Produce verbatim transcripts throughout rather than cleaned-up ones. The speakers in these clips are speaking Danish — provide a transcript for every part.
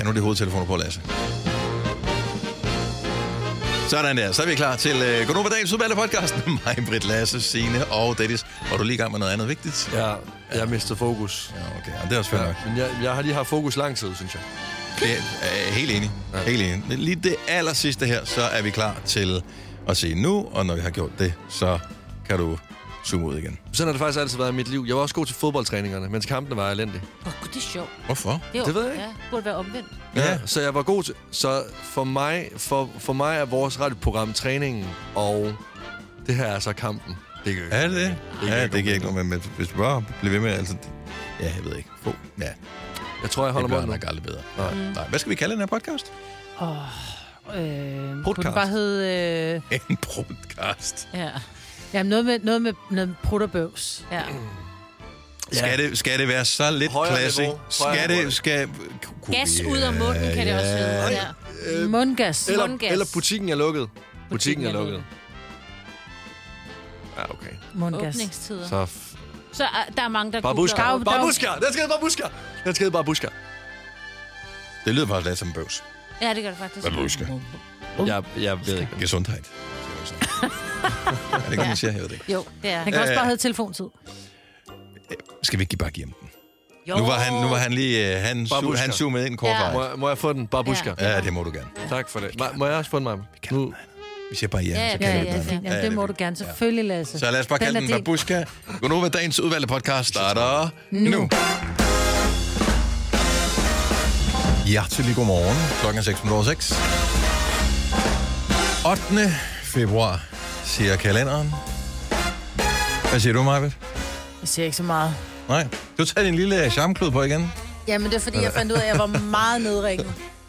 nu er det hovedtelefoner på, Lasse. Sådan der, så er vi klar til uh, Godnova Dagens udvalgte podcast med mig, Britt, Lasse, Signe og Dennis. Var du lige i gang med noget andet vigtigt? Ja, jeg har mistet fokus. Ja, okay, ja, det er også fair ja, nok. Men jeg, jeg har lige haft fokus lang tid, synes jeg. Det er helt enig. Ja. Helt enig. Men lige det aller sidste her, så er vi klar til at se nu, og når vi har gjort det, så kan du zoome ud igen. Sådan har det faktisk altid været i mit liv. Jeg var også god til fodboldtræningerne, mens kampene var elendige. Åh, oh, det er sjovt. Hvorfor? Det, det ved jeg ikke. Ja, det burde være omvendt. Ja, ja, så jeg var god til... Så for mig, for, for mig er vores radioprogram træningen, og det her er så kampen. Det gør Er det det? det Ja, det giver ikke noget, men hvis du bare bliver ved med, altså... Ja, jeg ved ikke. Få. Ja, Jeg tror, jeg det holder bliver mig nok aldrig bedre. Nej. Nej. Hvad skal vi kalde den her podcast? Åh, oh, øh, Podcast. kunne den bare hedde... Øh, En podcast. ja. Jamen, noget med, noget med noget prutterbøvs. Ja. Skal, det, skal det være så lidt Højere classy? niveau. Højere Skal niveau. det... Skal, Gas ud af munden, kan det også hedde. Ja. Øh, Mundgas. eller, Mundgas. eller butikken er lukket. Butikken, Butikken er er lukket. lukket. Ja, okay. Mundgas. Åbningstider. Så... Så uh, der er mange, der Babushka. googler. Babushka. Den skal hedde Babushka. Den skal hedde Babushka. Det lyder faktisk lidt som bøvs. Ja, det gør det faktisk. Babushka. Jeg, jeg ved ikke. Gesundheit. Er det ikke, man siger? Jeg ved det ikke. Jo, det er. Den kan også Øh, bare hedde telefontid. Skal vi ikke bare give ham den? Jo. Nu var han, nu var han lige... Uh, han, su, Babushka. han zoomede ind kort Ja. vej. Må, jeg- må jeg få den? Babushka. Ja. Ja, det må du gerne. Tak for det. Må, må jeg også få den, Maja? Nu. Vi siger bare ja, Ja, så ja, kalder Ja, vi ja, den. fint. Jamen, Ja, det må er du fint. gerne. Selvfølgelig, Lasse. Så lad os bare kalde er den din. Babushka. Godnova Dagens udvalgte podcast starter nu. Hjertelig godmorgen. Klokken er seks minutter over seks. ottende februar, siger kalenderen. Hvad siger du, Majbet? Jeg siger ikke så meget. Nej. Du tager din lille charmeklud på igen. Jamen, det er fordi, jeg fandt ud af, at jeg var meget nedringet.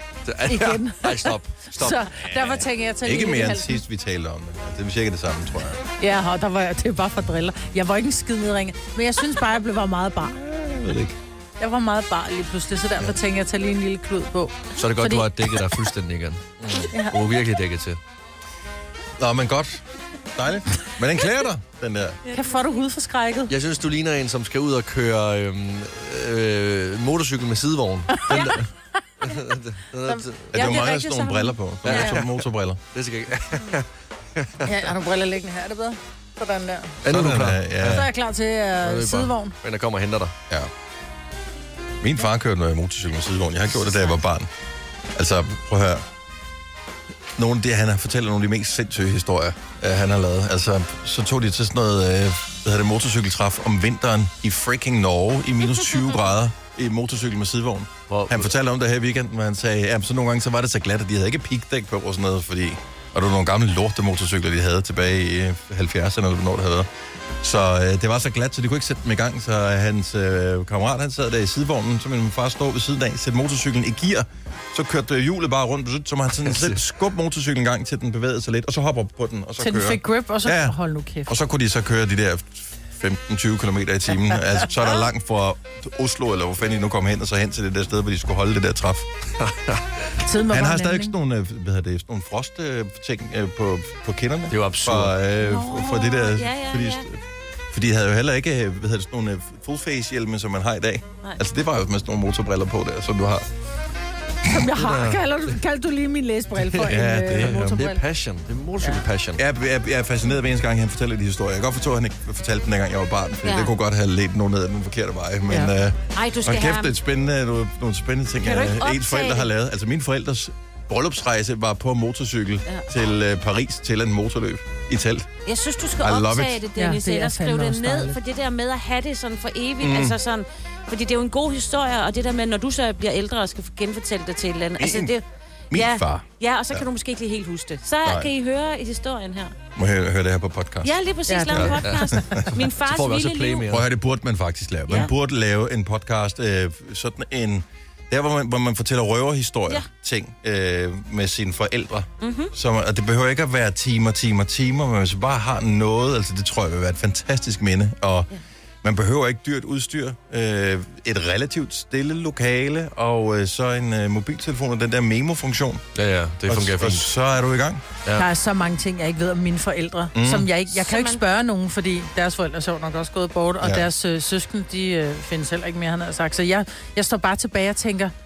Igen. Ej, stop. Stop. Så derfor tænker jeg, at jeg Ikke lige mere end halsen. sidst, vi talte om det. Det er cirka det samme, tror jeg. Ja, og der var jeg, det er bare for driller. Jeg var ikke en skid nedringet, men jeg synes bare, at jeg blev var meget bar. Jeg ved det ikke. Jeg var meget bar lige pludselig, så derfor tænker jeg, at tage lige en lille klud på. Så er det godt, Fordi- du har dækket dig fuldstændig igen. Du er virkelig dækket til. Nå, men godt. Dejligt. Men den klæder dig, den der. Kan få du hudforskrækket? Jeg synes, du ligner en, som skal ud og køre øhm, øh, motorcykel med sidevogn. Den der. At Ja, du det er mangler rigtigt, sådan så nogle har briller på. Ja, Ja, ja. motorbriller. Det skal ikke. Ja, har du briller liggende her? Er det bedre? Sådan der. Er nu du Sådan klar? er- Så er ja, jeg klar til er uh, vi sidevogn. Men der kommer og henter dig. ja. Min far kørte noget motorcykel med sidevogn. Jeg har gjort det, da jeg var barn. Altså, prøv at høre. Nogle af det, han har fortalt nogle af de mest sindssyge historier, uh, han har lavet. Altså, så tog de til sådan noget, uh, hvad hedder det, motorcykeltræf om vinteren i freaking Norge i minus tyve grader i motorcykel med sidevogn. Hvor, Han fortalte om det her i weekenden, hvor han sagde, ja, så nogle gange så var det så glat, at de havde ikke pigdæk på og sådan noget, fordi... Og det var nogle gamle lortemotorcykler, de havde tilbage i halvfjerdserne, eller hvornår det havde været. Så øh, det var så glat, så de kunne ikke sætte dem i gang, så hans øh, kammerat, han sad der i sidevognen, så min far stod ved siden af, sætte motorcyklen i gear, så kørte hjulet bare rundt, så må han sådan selv skubbe motorcyklen i gang, til den bevægede sig lidt, og så hopper på den, og så Til den kører. fik grip, og så Ja. hold nu kæft. Og så kunne de så køre de der femten til tyve kilometer i timen. Altså, så er der langt fra Oslo, eller hvor fanden de nu kom hen, og så hen til det der sted, hvor de skulle holde det der træf. Tiden var Han bare har en stadig anden, sådan nogle, øh, hvad hedder det, sådan nogle frostting øh, på, på kinderne. Det er jo absurd. For, øh, for det der, ja, ja, fordi, ja. fordi de havde jo heller ikke, øh, hvad hedder det, sådan nogle øh, full face hjelme, som man har i dag. Nej. Altså, det var jo med sådan nogle motorbriller på der, som du har. Som jeg har. Kalder du, kalder du lige min læsbrille for Ja, en det er- øh, Det er motorbrille? passion. Det er motorcykel-passion. Jeg, er- jeg, jeg er fascineret hver eneste gang, han fortæller de historier. Jeg kan godt forstå, at han ikke fortalte dem, dengang jeg var barn, for Ja. det kunne godt have ledt nogen ned ad den forkerte vej. Men Ja. ja. øh, Ej, du skal og have kæft, det er spændende, nogle, nogle spændende ting, Kan du ikke øh, ens optage forældre har det? lavet. Altså, mine forældres bryllupsrejse var på motorcykel Ja. til øh, Paris til en motorløb i telt. Jeg synes, du skal I love optage it. det, Ja, Dennis, det er eller skrive fandme det også ned, dejligt. for det der med at have det sådan for evigt, Mm. altså sådan, fordi det er jo en god historie, og det der med, når du så bliver ældre og skal genfortælle det til et eller andet, altså En- det, Min ja, far. ja, og så kan Ja. du måske ikke lige helt huske det. Så Nej. kan I høre i historien her. Må jeg høre, høre det her på podcast? Ja, lige præcis, Ja, ja, lave en podcast. Min Så fars får vi også vilde play liv. mere. Prøv at høre, det burde man faktisk lave. Man Ja. burde lave en podcast, øh, sådan en... Der, hvor man, hvor man fortæller røverhistorier, Ja. ting øh, med sine forældre. Mhm. Mm-hmm. Som, og det behøver ikke at være timer, timer, timer, men hvis man bare har noget, altså det tror jeg vil være et fantastisk minde. Og ja. Man behøver ikke dyrt udstyr, øh, et relativt stille lokale, og øh, så en øh, mobiltelefon og den der memo-funktion. Ja, ja, det og, fungerer og fint. så er du i gang. Ja. Der er så mange ting, jeg ikke ved om mine forældre, mm. som jeg ikke... Jeg kan Så jo ikke man- spørge nogen, fordi deres forældre er sjovt nok også gået bort, og Ja. deres øh, søsken, de øh, findes heller ikke mere, han har sagt. Så jeg, jeg står bare tilbage og tænker,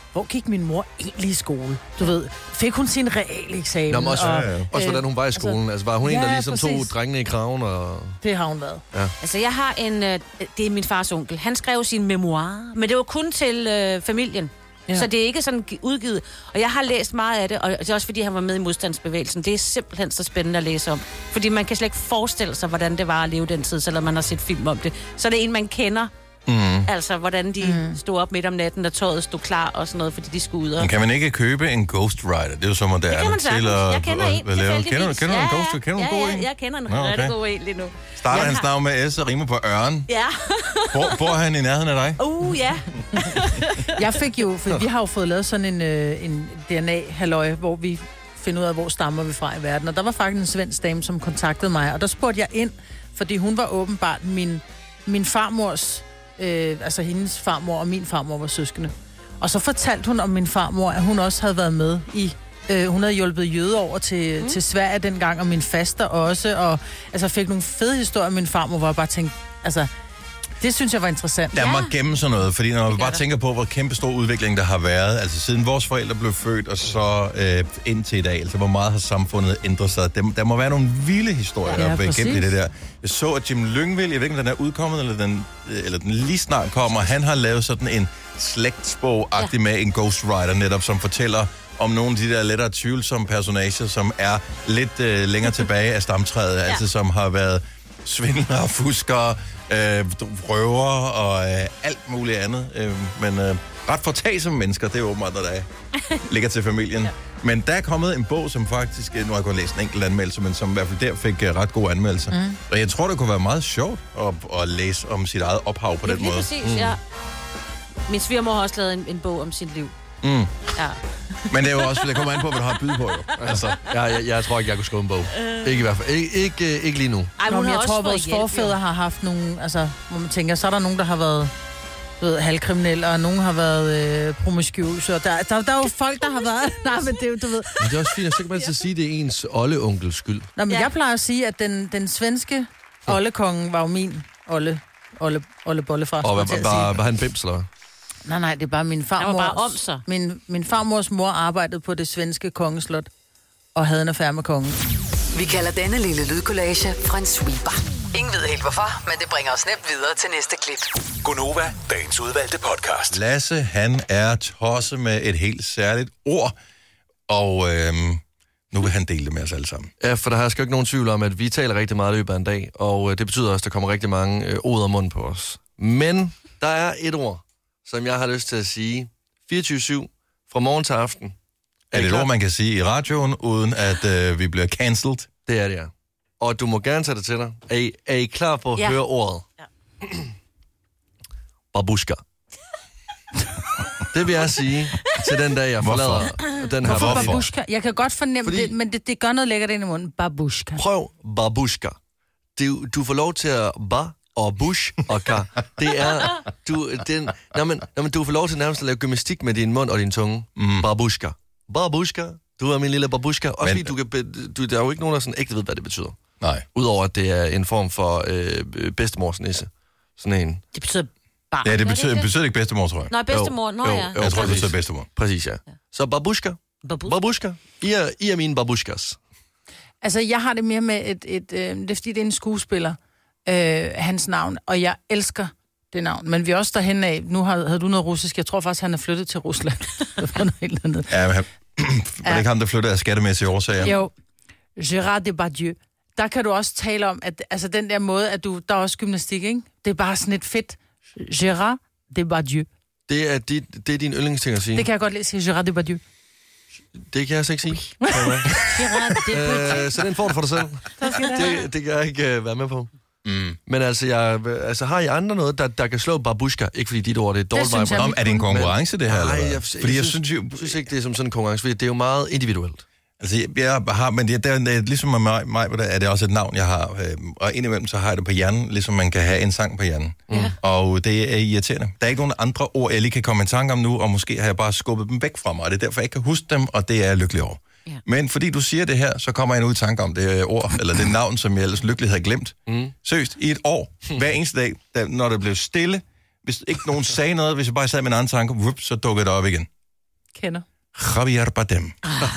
hvor gik min mor egentlig i skole? Du ved, fik hun sin realeksamen? Nå, men også, og, ja, ja. også hvordan hun var i skolen. Altså, altså var hun ja, en, der ligesom tog præcis. drengene i kraven? Og... Det har hun været. Ja. Altså, jeg har en... Øh, det er min fars onkel. Han skrev sin memoir, men det var kun til øh, familien. Ja. Så det er ikke sådan udgivet. Og jeg har læst meget af det, og det er også fordi, han var med i modstandsbevægelsen. Det er simpelthen så spændende at læse om. Fordi man kan slet ikke forestille sig, hvordan det var at leve den tid, selvom man har set film om det. Så det er en, man kender. Mm. Altså, hvordan de mm. stod op midt om natten, da tøjet stod klar og sådan noget, fordi de skulle ud og... Men kan man ikke købe en Ghost Rider? Det er jo så moderne. Det kan man sagtens. Jeg kender en, tilfældigvis. Kender du, kender du en Ghost Rider? Kender du en god en? Ja, jeg kender en Nå, okay. rigtig god en lige nu. Starter jeg hans har... navn med S og rimer på Ørn? Ja. Bor, bor han i nærheden af dig? Uh, ja. Jeg fik jo, for vi har jo fået lavet sådan en, øh, en D N A-halløj, hvor vi finder ud af, hvor stammer vi fra i verden. Og der var faktisk en svensk dame, som kontaktede mig, og der spurgte jeg ind, fordi hun var åbenbart min, min farmors, øh, altså hendes farmor og min farmor var søskende. Og så fortalte hun om min farmor, at hun også havde været med i... Øh, hun havde hjulpet jøder over til, mm. til Sverige dengang, og min faster også, og altså fik nogle fede historier. Min farmor var bare tænkt, altså... Det synes jeg var interessant. Der må Ja. gemme sådan noget, fordi når vi bare der. tænker på, hvor kæmpe stor udvikling der har været, altså siden vores forældre blev født, og så øh, indtil i dag, altså hvor meget har samfundet ændret sig. Der, der må være nogle vilde historier, Ja, der er præcis. gennem i det der. Jeg så, at Jim Lyngvild, jeg ved ikke, om den er udkommet, eller den, eller den lige snart kommer, han har lavet sådan en slægtsbog-agtig ja. med en Ghost Rider netop, som fortæller om nogle af de der lettere tvivlsomme personager, som er lidt øh, længere tilbage af stamtræet, ja. altså som har været svindlere, fuskere, øh, røver og øh, alt muligt andet. Øh, men øh, ret fortagsomme mennesker, det er åbenbart, når der er, ligger til familien. Ja. Men der er kommet en bog, som faktisk, nu har jeg kun læst en enkelt anmeldelse, men som i hvert fald der fik uh, ret gode anmeldelser. Mm. Og jeg tror, det kunne være meget sjovt at, at læse om sit eget ophav på Ja, den lige måde. præcis, mm. ja. Min svigermor har også lavet en, en bog om sit liv. Mm. Ja. Men det er jo også, det kommer an på, hvad du har at byde på, jo. Altså, jeg, jeg, jeg tror ikke, jeg kunne skrive en bog. Øh. Ikke i hvert fald. Ikke, ikke, ikke lige nu. Ej, Nå, hun men har jeg tror, at vores hjælp, forfædre jo. har haft nogle, altså, hvor man tænker, så er der nogen, der har været du ved, halvkriminelle, og nogen har været øh, promiskuøse, og der, der, der er jo folk, der har været... Nej, men det er jo, du ved... Men det er også fint, så kan man så sige, at det er ens oldeonkels skyld. Nå, men Ja. jeg plejer at sige, at den, den svenske oldekongen var jo min olle, olle, olle bollefar. Og var, skulle jeg til at var, sige. var han bims, eller? Nej, nej, det er bare min farmors... bare om sig. Min, min farmors mor arbejdede på det svenske kongeslot, og havde en affære med kongen. Vi kalder denne lille lydkollage en sweeper. Ingen ved helt hvorfor, men det bringer os nemt videre til næste klip. Gonova, dagens udvalgte podcast. Lasse, han er tosset med et helt særligt ord, og øhm, nu vil han dele det med os alle sammen. Ja, for der er sgu ikke nogen tvivl om, at vi taler rigtig meget i løbet af en dag, og øh, det betyder også, at der kommer rigtig mange øh, ord og mund på os. Men der er et ord, som jeg har lyst til at sige fireogtyve syv fra morgen til aften. Er det et klar? ord, man kan sige i radioen, uden at øh, vi bliver cancelled? Det er det, ja. Og du må gerne tage det til dig. Er I, er I klar på at Ja. høre ordet? Ja. Babushka. Det vil jeg sige til den dag, jeg Hvorfor? forlader den her Hvorfor verden. babushka? Jeg kan godt fornemme Fordi- det, men det, det gør noget lækkert ind i munden. Babushka. Prøv babushka. Du, du får lov til at ba og bush og ka. Det er... Du, den, nå, men, nå, men du får lov til nærmest at lave gymnastik med din mund og din tunge. Mm. Babushka. Babushka. Du er min lille babushka. Også Men- fordi du kan... be- Du, der er jo ikke nogen, der sådan ægte ved, hvad det betyder. Nej. Udover at det er en form for øh, bedstemors nisse. Sådan en. Det betyder bare... Ja, det Gør betyder, ikke betyder det ikke bedstemor, tror jeg. Nå, bedstemor. Nå Jo, ja. jo. Jeg tror, det præcis. betyder bedstemor. Præcis, ja. Så babushka. Babus. Babushka. I er, I er mine babushkas. Altså, jeg har det mere med et... et øh, det er fordi, det er en skuespiller, øh, hans navn, og jeg elsker det navn. Men vi er også derhen af... Nu har, havde du noget russisk. Jeg tror faktisk, han er flyttet til Rusland. Det var noget helt andet. Ja, men han, var det ikke ham, der flyttede af skattemæssige årsager? Jo. Gérard Depardieu. Der kan du også tale om, at altså, den der måde, at du... Der er også gymnastik, ikke? Det er bare sådan et fedt... Gérard Depardieu. Det er, dit, det er din yndlingsting at sige. Det kan jeg godt lide, sige Gérard Depardieu. Det kan jeg så ikke sige. øh, så den får du for dig selv. Det, det kan jeg ikke øh, være med på. Mm. Men altså, jeg, altså, har I andre noget, der, der kan slå babushka? Ikke fordi dit ord det er dårligt synes jeg. Om, er det en konkurrence, det her? Nej, eller jeg, hvad? jeg, Fordi jeg synes, synes jo... jeg synes ikke, det er som sådan en konkurrence, fordi det er jo meget individuelt. Altså, jeg, jeg har, men det, det er, ligesom med mig, mig er det også et navn, jeg har. Øh, og indimellem så har jeg det på hjernen, ligesom man kan have en sang på hjernen. Ja. Og det er irriterende. Der er ikke nogen andre ord, jeg lige kan komme i tanke om nu, og måske har jeg bare skubbet dem væk fra mig, og det er derfor, jeg ikke kan huske dem, og det er jeg lykkelig over. Ja. Men fordi du siger det her, så kommer jeg nu i tanke om det ord, eller det navn, som jeg ellers lykkelig havde glemt. Mm. Seriøst, i et år, hver eneste dag, da, når det blev stille, hvis ikke nogen sagde noget, hvis jeg bare sad med en anden tanke, whoop, så dukkede det op igen. Kender. Javier Bardem.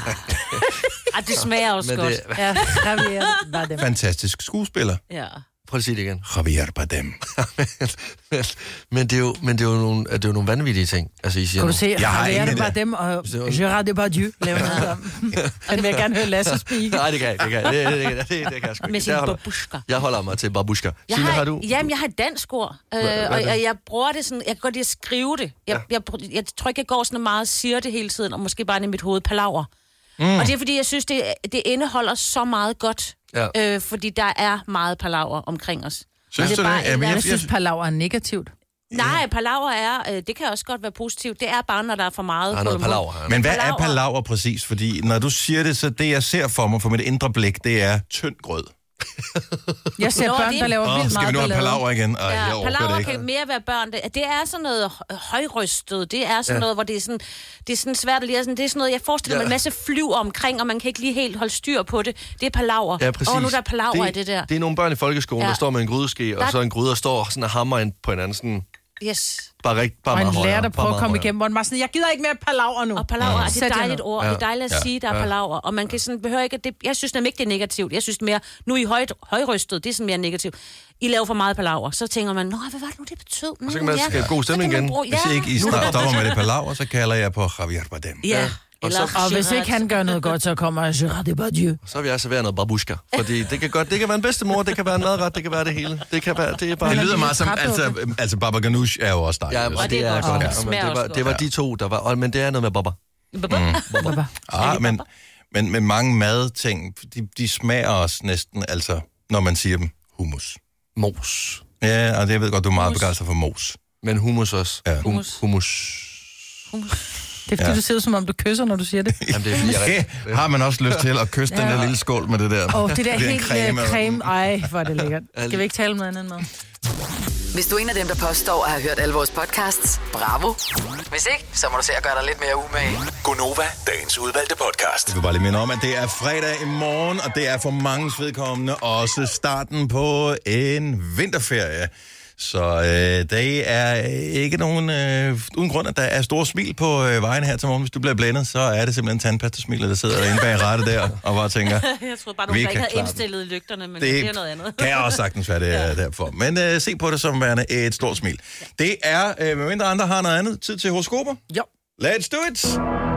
Ah, det smager også Men godt. det- Ja, Javier Bardem. Fantastisk skuespiller. Ja. Prøv at sige det igen. Javier Bardem. men, men, det er jo, men det er jo nogle, det er jo nogle vanvittige ting. Altså, I siger Kan du nu. se, Jeg har Javier ingen idé. Bardem og Gérard Depardieu laver noget sammen. Den vil jeg gerne høre Lasse speak. Nej, det kan jeg ikke. Det kan jeg, det, det, det, det, det kan jeg sgu ikke. Med sin Der holder- babushka. Jeg holder mig til babushka. Jeg Signe, har, har du? Jamen, jeg har et dansk ord, øh, hvad er og, det? og jeg bruger det sådan, jeg kan godt lide at skrive det. Jeg, ja. jeg, jeg, jeg tror ikke, jeg går sådan meget og siger det hele tiden, og måske bare i mit hoved palaver. Mm. Og det er, fordi jeg synes, det, det indeholder så meget godt, Ja. øh, fordi der er meget palaver omkring os. Synes det du er det? bare- Jamen, Jeg jeg, synes, jeg, palaver er negativt. Nej, palaver er, øh, det kan også godt være positivt. Det er bare, når der er for meget. Der er noget på- palaver her. men hvad er Palaver. palaver præcis? Fordi når du siger det, så det jeg ser for mig, for mit indre blik, det er tynd grød. Jeg ser Nå, børn, det- der laver Åh, vildt skal vi meget nu have ballade. palaver igen? Ej, jeg Ja, orker det palaver ikke. kan mere være børn. Det, det er sådan noget hø- højrystet. Det er sådan ja. noget, hvor det er sådan, det er sådan svært at lide. Sådan, det er sådan noget, jeg forestiller mig Ja. en masse flyv omkring, og man kan ikke lige helt holde styr på det. Det er palaver. Ja, præcis. Og nu er der palaver i det der. Det er nogle børn i folkeskolen, Ja. der står med en grydeske, og Der- så en gryde, der står sådan og hammer ind på hinanden. Sådan, Yes. bare rigt, bare Og en meget højere, lærer, der bare prøver at meget komme højere. igennem, hvor den var sådan, jeg gider ikke mere palaver nu. Og palaver, mm. det Sæt er jer et dejligt ned. ord. Ja. Det er dejligt at Ja. sige, der er Ja. palaver. Og man kan sådan, behøver ikke, at det, jeg synes nemlig ikke, det er negativt. Jeg synes mere, nu er I højt, højrystet, det er sådan mere negativt. I laver for meget palaver. Så tænker man, nå, hvad var det nu, det betød? Mm, så kan man skabe god stemning igen. Hvis I ikke I snart stopper med det palaver, så kalder jeg på Javier Bardem. Ja. Og Eller så- Og hvis ikke han gør noget godt, så kommer Gérard Depardieu. Så vil jeg servere noget babushka. Fordi det kan godt, det kan være en bedstemor, det kan være en madret, det kan være det hele. Det kan være, det er bare... Det lyder lille meget som, trædukke. altså, altså baba ganoush er jo også Ja, dejligt. og det er også godt. godt. Ja, men Smager det var, også det var godt. de to, der var... Og, men det er noget med baba. Baba. Ah, men, men, men mange madting, de, de smager også næsten, altså, når man siger dem, hummus. Mos. Ja, og det, jeg ved godt, du er meget Hummus. begejstret for mos. Men hummus også. Ja. Hum- Hummus. Hummus. Det er fordi, du ser ud som om, du kysser, når du siger det. Jamen, det er fordi, jeg er Okay, har man også lyst til at kysse den der lille skål med det der? Åh, oh, det der bliver en helt creme, creme. creme. Ej, hvor er det lækkert. Alle- Skal vi ikke tale om noget andet mad? Hvis du er en af dem, der påstår at have hørt alle vores podcasts, bravo. Hvis ikke, så må du se at gøre dig lidt mere umage. Gonova, dagens udvalgte podcast. Jeg vil bare lige minde om, at det er fredag i morgen, og det er for mange vedkommende også starten på en vinterferie. Så øh, det er ikke nogen, øh, uden grund, at der er store smil på øh, vejen her til morgen. Hvis du bliver blændet, så er det simpelthen tandpastasmilet, der sidder inde bag rattet der, og bare tænker, Jeg troede bare, du Vi ikke kan havde klare den. indstillet lygterne, men det, det er noget andet. kan også sagtens være, det er derfor. Men øh, se på det som værende et stort smil. Det er, øh, medmindre andre har noget andet, tid til horoskoper. Jo. Let's do it!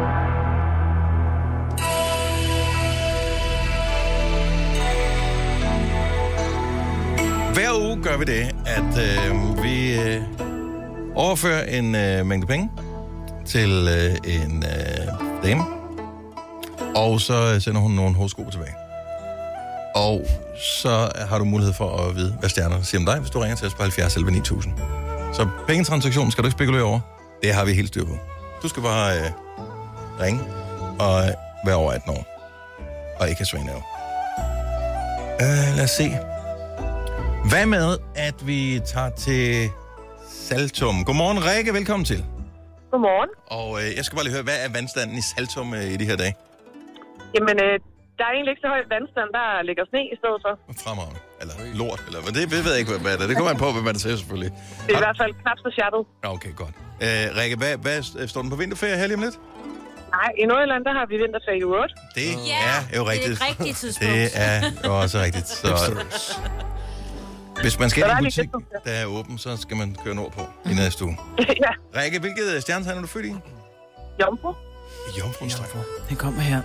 Hver uge gør vi det, at øh, vi øh, overfører en øh, mængde penge til øh, en øh, dame, og så sender hun nogle horoskoper tilbage. Og så har du mulighed for at vide, hvad stjernerne siger om dig, hvis du ringer til os på halvfjerds elleve ni tusind. Så pengetransaktionen skal du ikke spekulere over. Det har vi helt styr på. Du skal bare øh, ringe og øh, være over atten år. Og ikke have svanerve. Øh, lad os se. Hvad med, at vi tager til Saltum? Godmorgen, Rikke. Velkommen til. Godmorgen. Og øh, jeg skal bare lige høre, hvad er vandstanden i Saltum øh, i de her dage? Jamen, øh, der er egentlig ikke så høj vandstand, der ligger sne i stedet for. Fremragende. Eller lort. Eller, men det, det ved jeg ikke, hvad det er. Det kommer an på, hvad man siger selvfølgelig. Det er i hvert fald knap så chattet. Okay, godt. Øh, Rikke, hvad, hvad står den på vinterferie her lige om lidt? Nej, i Nordjylland, der har vi vinterferie i otte. Det Ja, er jo rigtigt. det er et rigtigt tidspunkt. Det er jo også rigtigt. Så, hvis man skal Så ind der i er en lige butik, lidt- der er åben, så skal man køre nordpå i næste uge. Ja, Rikke, hvilket stjernetegn er du født i? jomfru. Jomfruens tegn. Den kommer her.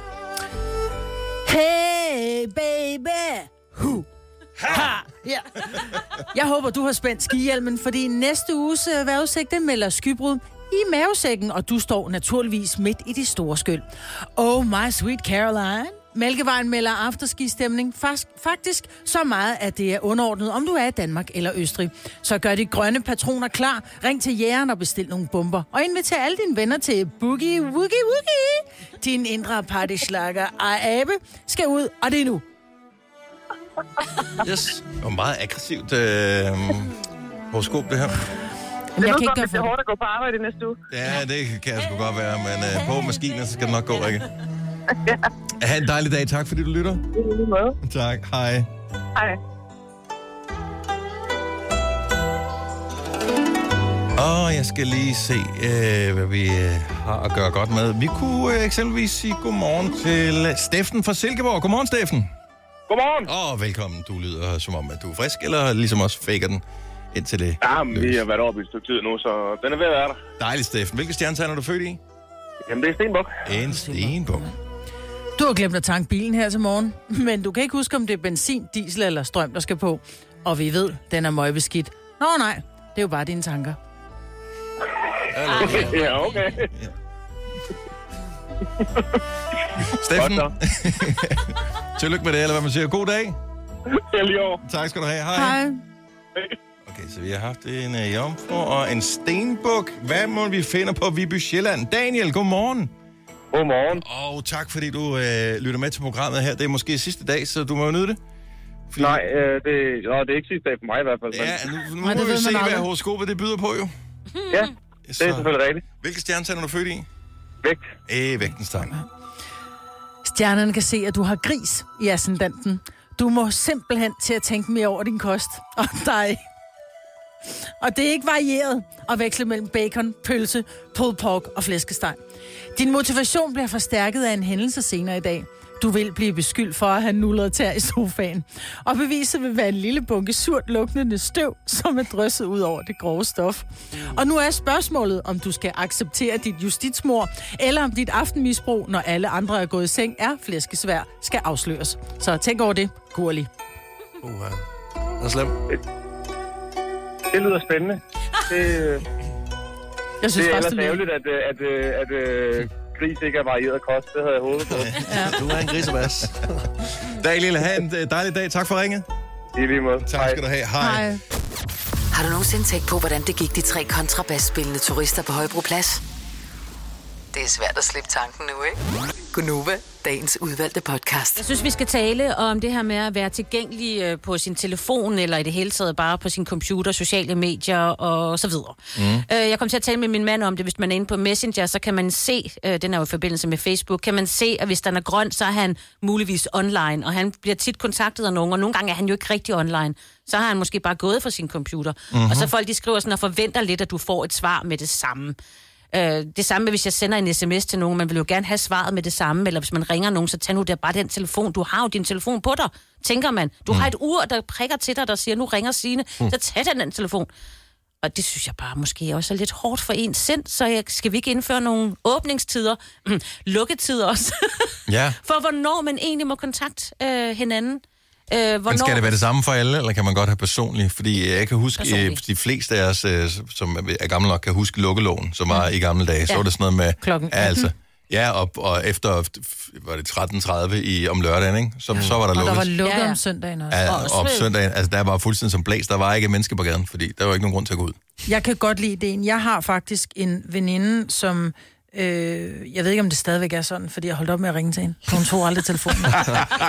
Hey, baby! Hu. Ha! Ja. Jeg håber, du har spændt skihjelmen, fordi næste uges øh, vejrudsigt den melder skybrud i mavesækken, og du står naturligvis midt i de store skyld. Oh, my sweet Caroline. Mælkevejen melder afterski-stemning. Fast- Faktisk så meget, at det er underordnet, om du er i Danmark eller Østrig. Så gør de grønne patroner klar. Ring til jægeren og bestil nogle bomber. Og inviter alle dine venner til Boogie Woogie Woogie. Din indre partyslager Abe skal ud, og det er nu. Yes. Det var meget aggressivt øh, horoskop, det her. Jamen, Det jeg er kan ikke noget, gøre det bliver for det. hårdt at gå på arbejde i næste uge. Ja, det kan jeg sgu godt være, men øh, på maskinen, så skal det nok gå, Rikke. Ha' en dejlig dag. Tak, fordi du lytter. Det er lige måde. Tak. Hej. Hej. Og jeg skal lige se, øh, hvad vi øh, har at gøre godt med. Vi kunne øh, eksempelvis sige godmorgen til Steffen fra Silkeborg. Godmorgen, Steffen. Godmorgen. Åh, oh, velkommen. Du lyder som om, at du er frisk, eller ligesom også faker den indtil det. Ja, men vi har været oppe i et stykke tid nu, så den er ved at være der. Dejligt, Steffen. Hvilke stjernetegn er du født i? Jamen, det er Stenbuk. En stenbuk. Du har glemt at tanke bilen her til morgen, men du kan ikke huske, om det er benzin, diesel eller strøm, der skal på. Og vi ved, den er møgbeskidt. Nå nej, det er jo bare dine tanker. Ja, okay. Steffen, tillykke med det, eller hvad man siger. God dag. Ja, lige over. Tak skal du have. Hej. Hej. Okay, så vi har haft en uh, jomfru og en stenbuk. Hvad må vi finde på Viby Sjælland? Daniel, godmorgen. Godmorgen. Og tak, fordi du uh, lytter med til programmet her. Det er måske sidste dag, så du må jo nyde det. Fordi... Nej, øh, det, jo, det er ikke sidste dag for mig i hvert fald. Men... Ja, nu, nu Nej, må det vi ved se, man hvad aldrig. horoskopet det byder på, jo. Ja, det er Så... selvfølgelig rigtigt. Hvilke stjernetegn er du født i? Vægt. Æh, vægtens tegn. Stjernerne kan se, at du har gris i ascendanten. Du må simpelthen til at tænke mere over din kost og dig. Og det er ikke varieret at veksle mellem bacon, pølse, pulled pork og flæskesteg. Din motivation bliver forstærket af en hændelse senere i dag. Du vil blive beskyldt for at have nullet tær i sofaen. Og beviset vil være en lille bunke surt lugtende støv, som er drysset ud over det grove stof. Og nu er spørgsmålet, om du skal acceptere dit justitsmord, eller om dit aftenmisbrug, når alle andre er gået i seng, er flæskesvær, skal afsløres. Så tænk over det, Gurli. Uh, det er slemt. Det lyder spændende. Det, Jeg synes det er faktisk, ellers det ærgerligt, at, at, at, at, at gris ikke er varieret kost. Det havde jeg håbet på. Du er en grisebas. Daniel, have en dejlig dag. Tak for ringet. I lige måde. Tak skal du have. Hej. Hej. Har du nogensinde tænkt på, hvordan det gik de tre kontrabasspillende turister på Højbroplads? Det er svært at slippe tanken nu, ikke? Gunova, dagens udvalgte podcast. Jeg synes, vi skal tale om det her med at være tilgængelig øh, på sin telefon, eller i det hele taget bare på sin computer, sociale medier og så videre. Mm. Øh, jeg kom til at tale med min mand om det. Hvis man er inde på Messenger, så kan man se, øh, den er jo i forbindelse med Facebook, kan man se, at hvis den er grøn, så er han muligvis online, og han bliver tit kontaktet af nogen, og nogle gange er han jo ikke rigtig online. Så har han måske bare gået fra sin computer. Mm-hmm. Og så folk, de skriver sådan og forventer lidt, at du får et svar med det samme. Øh, det samme med, hvis jeg sender en sms til nogen, man vil jo gerne have svaret med det samme, eller hvis man ringer nogen, så tag nu der bare den telefon. Du har jo din telefon på dig, tænker man. Du mm. har et ur, der prikker til dig, der siger, nu ringer Signe, mm. så tag den, den telefon. Og det synes jeg bare måske også er lidt hårdt for ens sind, så jeg, skal vi ikke indføre nogle åbningstider, mm, lukketider også, Ja. for hvornår man egentlig må kontakte øh, hinanden. Øh, hvornår... Men skal det være det samme for alle, eller kan man godt have personligt? Fordi jeg kan huske, Personligt. øh, de fleste af os, øh, som er gamle nok, kan huske lukkeloven, som var mm. i gamle dage. Så Ja. var det sådan noget med... Klokken Ja, altså, ja, og, og efter var det tretten tredive i, om lørdagen, ikke? Så, så var der Og der lukket. var lukket Ja, ja. om søndagen også. Ja, Og også om ved- søndagen, altså der var fuldstændig som blæs. Der var ikke mennesker på gaden, fordi der var ikke nogen grund til at gå ud. Jeg kan godt lide det. Jeg har faktisk en veninde, som... Øh, jeg ved ikke, om det stadigvæk er sådan, fordi jeg holdt op med at ringe til hende. Hun tog aldrig telefonen. øh,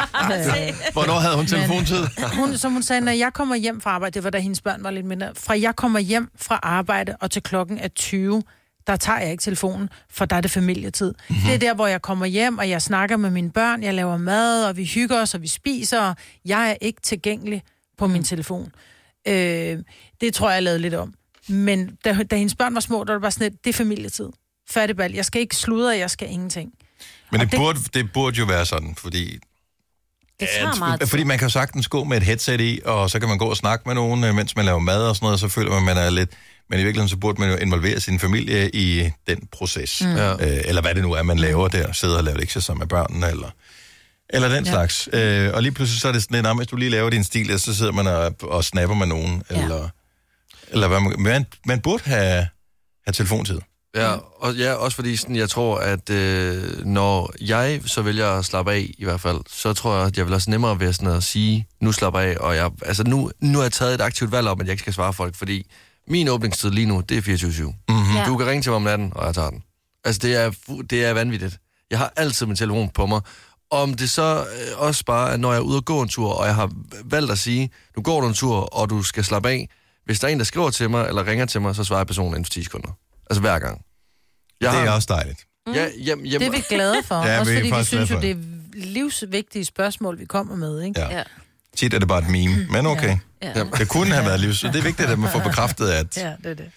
Hvornår havde hun telefontid? hun, som hun sagde, når jeg kommer hjem fra arbejde, det var da hendes børn var lidt mindre, fra jeg kommer hjem fra arbejde, og til klokken er tyve, der tager jeg ikke telefonen, for der er det familietid. Mm-hmm. Det er der, hvor jeg kommer hjem, og jeg snakker med mine børn, jeg laver mad, og vi hygger os, og vi spiser, og jeg er ikke tilgængelig på min telefon. Øh, det tror jeg, jeg lavede lidt om. Men da, da hendes børn var små, der var det bare sådan lidt, det er familietid. Færdigbald. Jeg skal ikke sludre, jeg skal ingenting. Men Og det, det- burde, det burde jo være sådan, fordi... Det tager meget Fordi man kan jo sagtens gå med et headset i, og så kan man gå og snakke med nogen, øh, mens man laver mad og sådan noget, og så føler man, at man er lidt... Men i virkeligheden, så burde man jo involvere sin familie i den proces. Mm. Ja. Øh, eller hvad det nu er, man laver der. Sidder og laver lektier sammen med børnene, eller... Eller den ja. slags. Øh, og lige pludselig så er det sådan lidt, om, hvis du lige laver din stil, så sidder man og, og snapper med nogen. Ja. Eller, eller hvad man, man... Man burde have, have telefontid. Ja, og ja, også fordi sådan, jeg tror, at øh, når jeg så vælger at slappe af, i hvert fald, så tror jeg, at jeg vil også nemmere ved sådan at sige, nu slapper jeg af, og jeg, altså nu, nu har jeg taget et aktivt valg om, at jeg ikke skal svare folk, fordi min åbningstid lige nu, det er fireogtyve syv. Mm-hmm. Ja. Du kan ringe til mig om natten, og jeg tager den. Altså, det er, fu- det er vanvittigt. Jeg har altid min telefon på mig. Om det så øh, også bare, at når jeg er ude og gå en tur, og jeg har valgt at sige, nu går du en tur, og du skal slappe af. Hvis der er en, der skriver til mig, eller ringer til mig, så svarer personen inden for ti sekunder. Altså hver gang. Jeg Det er har, også dejligt. ja, hjem, hjem, Det er vi glade for. Ja, også vi er fordi vi faktisk glade synes jo, for det er livsvigtige spørgsmål, vi kommer med, ikke? Ja. Ja. Tit er det bare et meme, men okay. Ja. Det kunne have været livs. Det er vigtigt, at man får bekræftet, at... Ja, det er det.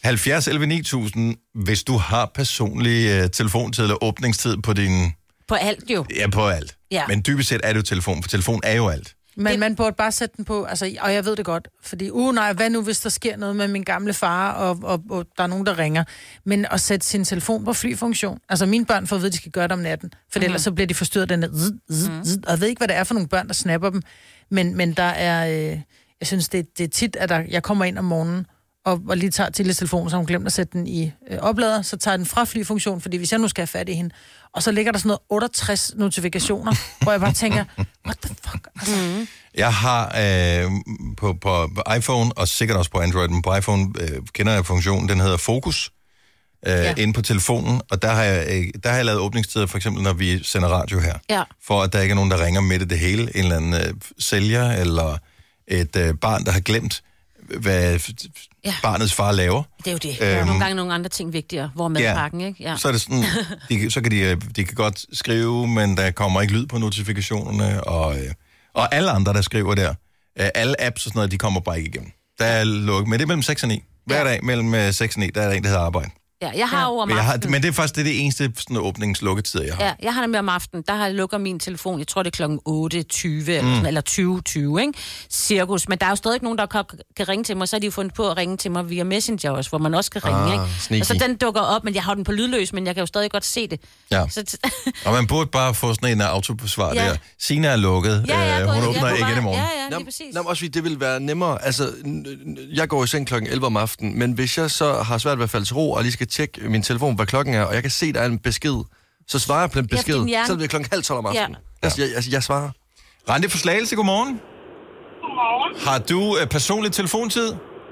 halvfjerds elleve ni tusind, hvis du har personlig uh, telefontid eller åbningstid på din... På alt jo. Ja, på alt. Ja. Men dybest set er det jo telefon, for telefon er jo alt. Men det... man burde bare sætte den på, altså, og jeg ved det godt, fordi, uh nej, hvad nu, hvis der sker noget med min gamle far, og, og, og der er nogen, der ringer, men at sætte sin telefon på flyfunktion, altså mine børn får at vide, at de skal gøre det om natten, for mm. ellers så bliver de forstyrret den der, zzz, zzz, zzz, og jeg ved ikke, hvad det er for nogle børn, der snapper dem, men, men der er, øh, jeg synes, det, det er tit, at der, jeg kommer ind om morgenen, og, og lige tager Tilles telefon, så har hun glemt at sætte den i øh, oplader, så tager den fra flyfunktion, fordi hvis jeg nu skal have fat i hende, og så ligger der sådan noget otteogtres notifikationer, hvor jeg bare tænker, what the fuck? Altså. Mm. Jeg har øh, på, på iPhone, og sikkert også på Android, men på iPhone øh, kender jeg funktionen, den hedder Focus, øh, ja. inde på telefonen, og der har, jeg, øh, der har jeg lavet åbningstider, for eksempel når vi sender radio her, ja. for at der ikke er nogen, der ringer midt i det hele, en eller anden øh, sælger, eller et øh, barn, der har glemt, hvad ja. barnets far laver. Det er jo det. Der er øhm, nogle gange nogle andre ting vigtigere, hvor madpakken, ja. ikke? Ja. Så er det sådan, de, så kan de, de kan godt skrive, men der kommer ikke lyd på notifikationerne, og, og alle andre, der skriver der, alle apps og sådan noget, de kommer bare ikke igennem. Der er lukket, men det er mellem seks og ni. Hver ja. dag mellem seks og ni, der er der en, der hedder arbejde. Ja, jeg har jo om men, jeg har, aftenen. men det er faktisk det, er det eneste sådan, åbningslukketider, jeg har. Ja, jeg har nemlig om aftenen, der har jeg lukker min telefon, jeg tror det er klokken otte tyve eller, mm. eller tyve tyve, ikke? Cirkus. Men der er jo stadig nogen, der kan, kan ringe til mig, så har de jo fundet på at ringe til mig via Messenger også, hvor man også kan ringe, ah, ikke? Sneaky. Og så den dukker op, men jeg har den på lydløs, men jeg kan jo stadig godt se det. Ja. Så t- og man burde bare få sådan en autobesvar ja. der. Sina er lukket, ja, ja, øh, hun både, åbner ja, igen i morgen. Ja, ja, lige præcis. Nå, også fordi det vil være nemmere. Altså, jeg går i seng klokken elleve om aftenen, men hvis jeg så har svært ved at falde til ro, og lige skal tjekke min telefon, hvad klokken er, og jeg kan se, der er en besked, så svarer jeg på den besked, ja, så er det klokken halv tolv om aftenen. Ja. Altså, jeg, altså, jeg svarer. Randi fra Slagelse, godmorgen. Godmorgen. Har du uh, personlig telefontid?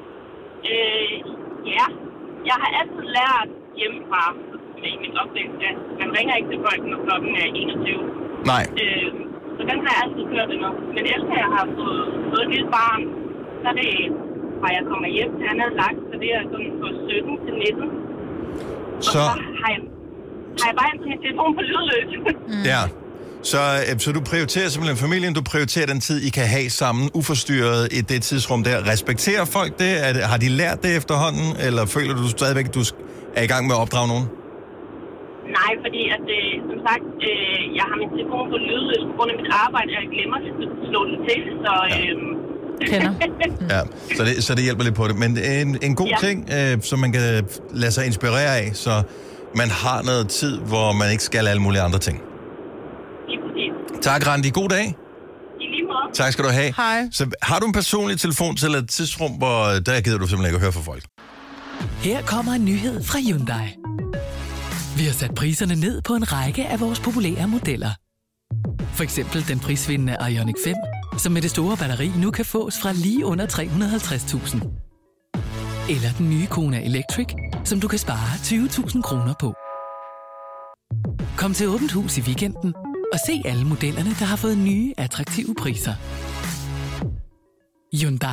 Øh, ja. Jeg har altid lært hjemmefra med min opvækst, at man ringer ikke til folk, når klokken er enogtyve. Nej. Øh, så den har jeg altid kørt endnu. Men efter jeg har fået, fået et lille barn, så er det, har jeg kommer hjem til, han havde lagt, så det er sådan på sytten til nitten. Så... så har jeg, har jeg bare en telefon på lydløs. Mm. Ja. Så, så du prioriterer simpelthen familien, du prioriterer den tid, I kan have sammen, uforstyrret i det tidsrum der. Respekterer folk det? Er det? Har de lært det efterhånden, eller føler du stadigvæk, at du er i gang med at opdrage nogen? Nej, fordi at, øh, som sagt, øh, jeg har min telefon på lydløs på grund af mit arbejde, og jeg glemmer at slå det til, så... Øh, Kender. Ja, så det, så det hjælper lidt på det. Men en, en god ja. ting, øh, som man kan lade sig inspirere af, så man har noget tid, hvor man ikke skal alle mulige andre ting. Lige præcis. Tak, Randi. God dag. I lige måde. Tak skal du have. Hej. Så har du en personlig telefon til et tidsrum, hvor der gider du simpelthen ikke at høre fra folk? Her kommer en nyhed fra Hyundai. Vi har sat priserne ned på en række af vores populære modeller. For eksempel den prisvindende Ioniq fem, som med det store batteri nu kan fås fra lige under tre hundrede og halvtreds tusind. Eller den nye Kona Electric, som du kan spare tyve tusind kroner på. Kom til Åbent Hus i weekenden og se alle modellerne, der har fået nye, attraktive priser. Hyundai.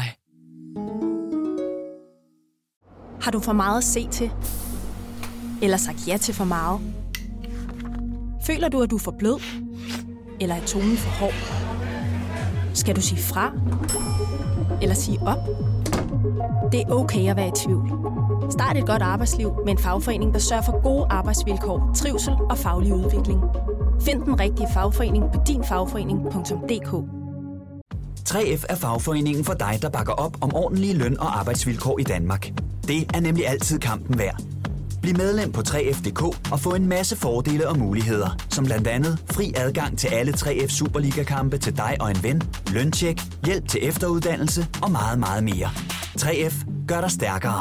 Har du for meget at se til? Eller sagt ja til for meget? Føler du, at du er for blød? Eller er tonen for hård? Skal du sige fra? Eller sige op? Det er okay at være i tvivl. Start et godt arbejdsliv med en fagforening, der sørger for gode arbejdsvilkår, trivsel og faglig udvikling. Find den rigtige fagforening på din fagforening punktum d k. tre F er fagforeningen for dig, der bakker op om ordentlige løn- og arbejdsvilkår i Danmark. Det er nemlig altid kampen værd. Bliv medlem på tre F punktum d k og få en masse fordele og muligheder, som blandt andet fri adgang til alle tre F Superliga-kampe til dig og en ven, løntjek, hjælp til efteruddannelse og meget, meget mere. tre F gør dig stærkere.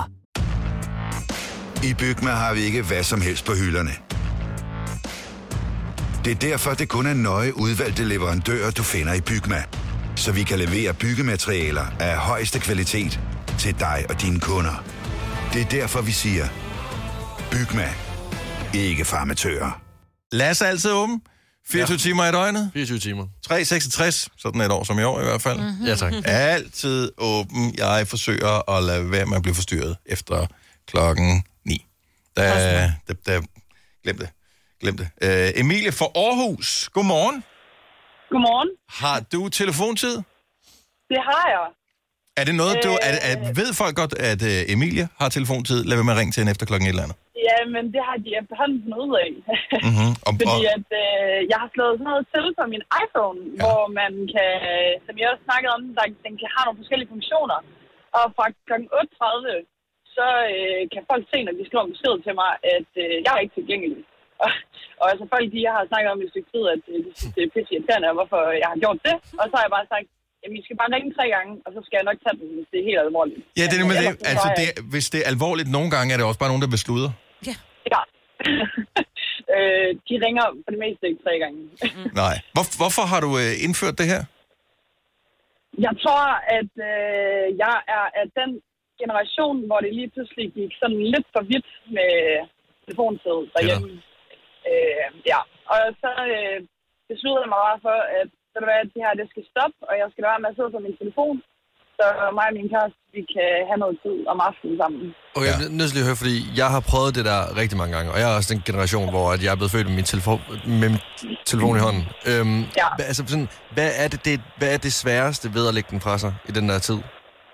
I Bygma har vi ikke hvad som helst på hylderne. Det er derfor, det kun er nøje udvalgte leverandører, du finder i Bygma. Så vi kan levere byggematerialer af højeste kvalitet til dig og dine kunder. Det er derfor, vi siger, Bygma. Ikke farmatører. Lasse er altid åben. fireogtyve ja. timer i døgnet. fireogtyve timer. tre seksogtres, sådan et år som i år i hvert fald. Mm-hmm. Ja, tak. Altid åben. Jeg forsøger at lade være med at blive forstyrret efter klokken ni. Da, da, da, glem det. Glem det. Uh, Emilie fra Aarhus. Godmorgen. Godmorgen. Har du telefontid? Det har jeg. Er det noget, du... Er, er, ved folk godt, at uh, Emilie har telefontid? Lad være med at ringe til hende efter klokken et eller andet. Ja, men det har de efterhånden fundet ud af. Mm-hmm. Og, Fordi at øh, jeg har slået sådan noget til på min iPhone, ja. hvor man kan, som jeg også snakkede om, der, den kan have nogle forskellige funktioner. Og fra klokken otte tredive, så øh, kan folk se, når de skriver en besked til mig, at øh, jeg er ikke tilgængelig. Og, og altså folk, de har snakket om i et stykke tid, at øh, de synes, det er pisse irriterende, hvorfor jeg har gjort det. Og så har jeg bare sagt, jamen, I skal bare ringe tre gange, og så skal jeg nok tage det, hvis det er helt alvorligt. Ja, det er med det. Altså, det, hvis det er alvorligt nogle gange, er det også bare nogen, der beslutter. Ja. Ja. øh, de ringer for det meste ikke tre gange. Nej. Hvor, hvorfor har du øh, indført det her? Jeg tror, at øh, jeg er af den generation, hvor det lige pludselig gik sådan lidt for vidt med telefontid derhjemme. Øh, ja. Og så øh, besluttede jeg mig bare for, at så det, at det her det skal stoppe, og jeg skal være med at sidde på min telefon. Så mig og min kæreste, vi kan have noget tid om aftenen sammen. Og jeg er nødt til at høre, fordi jeg har prøvet det der rigtig mange gange, og jeg er også den generation, hvor at jeg er blevet født med min telefon, med min telefon i hånden. Øhm, ja. Altså sådan, hvad er det, det, hvad er det sværeste ved at lægge den fra sig i den der tid?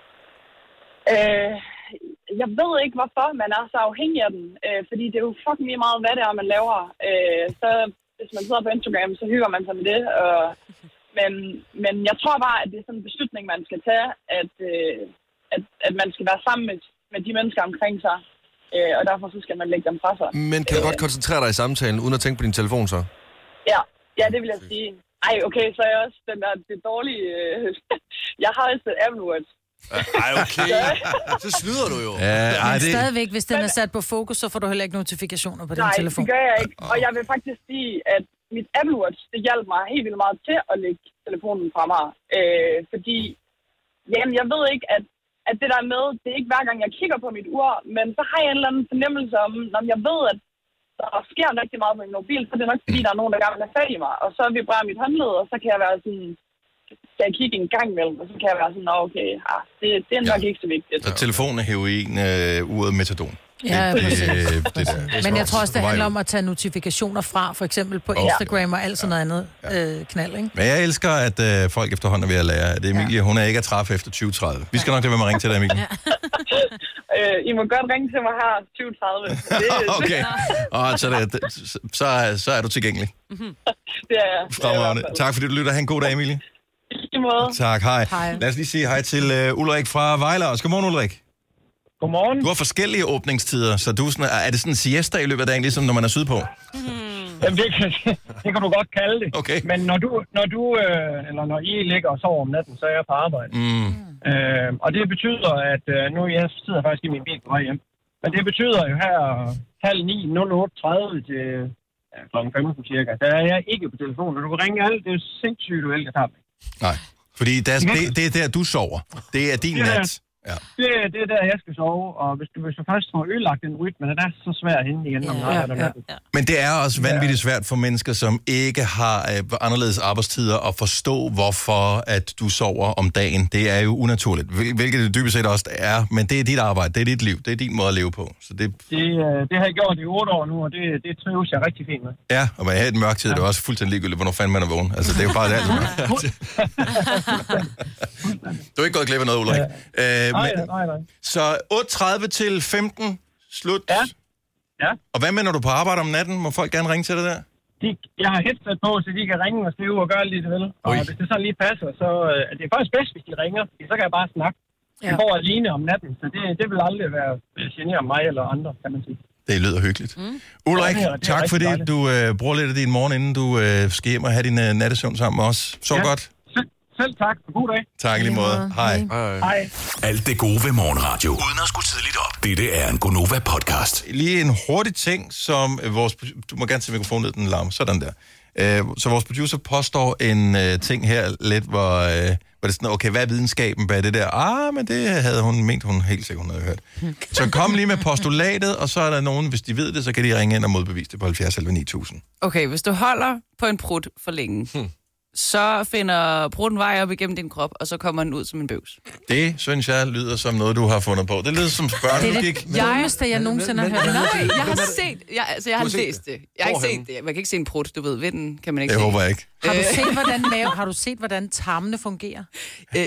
Øh, jeg ved ikke, hvorfor man er så afhængig af den, øh, fordi det er jo fucking lige meget, hvad det er, man laver. Øh, så hvis man sidder på Instagram, så hygger man sig med det, og Men, men jeg tror bare, at det er sådan en beslutning, man skal tage, at, øh, at, at man skal være sammen med, med de mennesker omkring sig, øh, og derfor så skal man lægge dem fra sig. Men kan du godt koncentrere dig i samtalen, uden at tænke på din telefon så? Ja, ja, det vil jeg sige. Ej, okay, så er jeg også den der, det dårlige... Øh, jeg har også et Apple Watch. Ej, okay. Så snyder du jo. Ja, ej, Men det... stadigvæk, hvis den er sat på fokus, så får du heller ikke notifikationer på din Nej, telefon. Nej, det gør jeg ikke. Og jeg vil faktisk sige, at mit Apple Watch, det hjalp mig helt vildt meget til at lægge telefonen fra mig. Øh, fordi, jamen, jeg ved ikke, at, at det der med, det er ikke hver gang, jeg kigger på mit ur, men så har jeg en eller anden fornemmelse om, når jeg ved, at der sker rigtig meget på min mobil, så det er nok fordi, der er nogen, der gerne vil have fat i mig. Og så vibrerer mit håndled, og så kan jeg være sådan, skal jeg kigge en gang imellem, og så kan jeg være sådan, okay, ja, det, det er nok ja. ikke så vigtigt. Så telefonen er heroin, øh, uret metadon. Ja, det, præcis. det, det der. Men jeg tror også, det handler om at tage notifikationer fra, for eksempel på Instagram og alt sådan noget andet øh, knald, ikke? Men jeg elsker, at øh, folk efterhånden er ved at lære, at Emilie, ja. hun er ikke at træffe efter tyve tredive. Vi skal nok lade være med at ringe til dig, Emilie. øh, I må godt ringe til mig her tyve tredive. Okay. Og så, det, så, så, så er du tilgængelig. Det er jeg. Fremragende. Tak fordi du lytter. Ha' en god dag, Emilie. I måde. Tak, hej. hej. Lad os lige sige hej til uh, Ulrik fra Vejle også. Godmorgen, Ulrik. Godmorgen. Du har forskellige åbningstider, så du er, sådan, er det sådan en siesta i løbet af dagen, ligesom når man er sydpå? Mm. Jamen, det, kan, det kan du godt kalde det. Okay. Men når du, når du øh, eller når I ligger og sover om natten, så er jeg på arbejde. Mm. Øh, og det betyder, at øh, nu jeg sidder faktisk i min bil på vej hjem. Men det betyder jo her halv ni, nul otte tredive til ja, klokken femten cirka, der er jeg ikke på telefonen. Og du kan ringe alt, det er jo sindssygt, du vælger tager mig. Nej, fordi der, det, det er der, du sover. Det er din ja. nat. Ja. Det, det er der, jeg skal sove, og hvis du, hvis du først får ødelagt den rytme, den er så svær at hente igen, når man arbejder ja, ja. Men det er også vanvittigt svært for mennesker, som ikke har øh, anderledes arbejdstider, at forstå, hvorfor at du sover om dagen. Det er jo unaturligt, hvil, hvilket det dybest set også er, men det er dit arbejde, det er dit liv, det er din måde at leve på. Så det... Det, det har jeg gjort i otte år nu, og det, det trives jeg rigtig fint med. Ja, og man har et mørk tid, ja. Det er også fuldstændig ligegyldigt, hvornår fanden man er vågen. Altså, det er jo bare det alt. Du er ikke gået glip af noget, Ulrik. Ja. Øh, nej, men, nej, nej. Så otte tredive til femten, slut. Ja. Ja. Og hvad med, når du er på arbejde om natten? Må folk gerne ringe til dig der? De, jeg har headset på, så de kan ringe og skrive og gøre lidt vel. Og hvis det så lige passer, så øh, det er faktisk bedst, hvis de ringer. Så kan jeg bare snakke. Ja. Jeg bor alene om natten, så det, det vil aldrig være genere mig eller andre, kan man sige. Det lyder hyggeligt. Mm. Ulrik, ja, tak fordi dejligt. du øh, bruger lidt af din morgen, inden du øh, skal hjem og have din øh, nattesøvn sammen med os. Så ja. godt. Selv tak. God dag. Tak i lige måde. Hej. Hej. Hej. Alt det gode ved morgenradio. Uden at skulle tidligt op. Dette er en Gonova-podcast. Lige en hurtig ting, som vores... Du må gerne tage mikrofonen ned, den larm. Sådan der. Uh, så vores producer påstår en uh, ting her lidt, hvor, uh, hvor det er sådan, okay, hvad er videnskaben bag det der? Ah, men det havde hun ment, hun helt sikkert, hun havde hørt. Så kom lige med postulatet, og så er der nogen, hvis de ved det, så kan de ringe ind og modbevise det på halvfjerds elleve ni tusind. Okay, hvis du holder på en prut for længe... Hmm. så finder prutten vej op igennem din krop, og så kommer den ud som en bøvs. Det, synes jeg, lyder som noget, du har fundet på. Det lyder som børnelogik. Det er det dummeste, jeg nogensinde har hørt. Nej, jeg har set, jeg, altså jeg har læst det. Jeg har ikke set det. Man kan ikke se en prut, du ved, ved den kan man ikke det se. Det håber jeg ikke. Har du set, hvordan mave, har du set, hvordan tarmene fungerer? Øh, ja.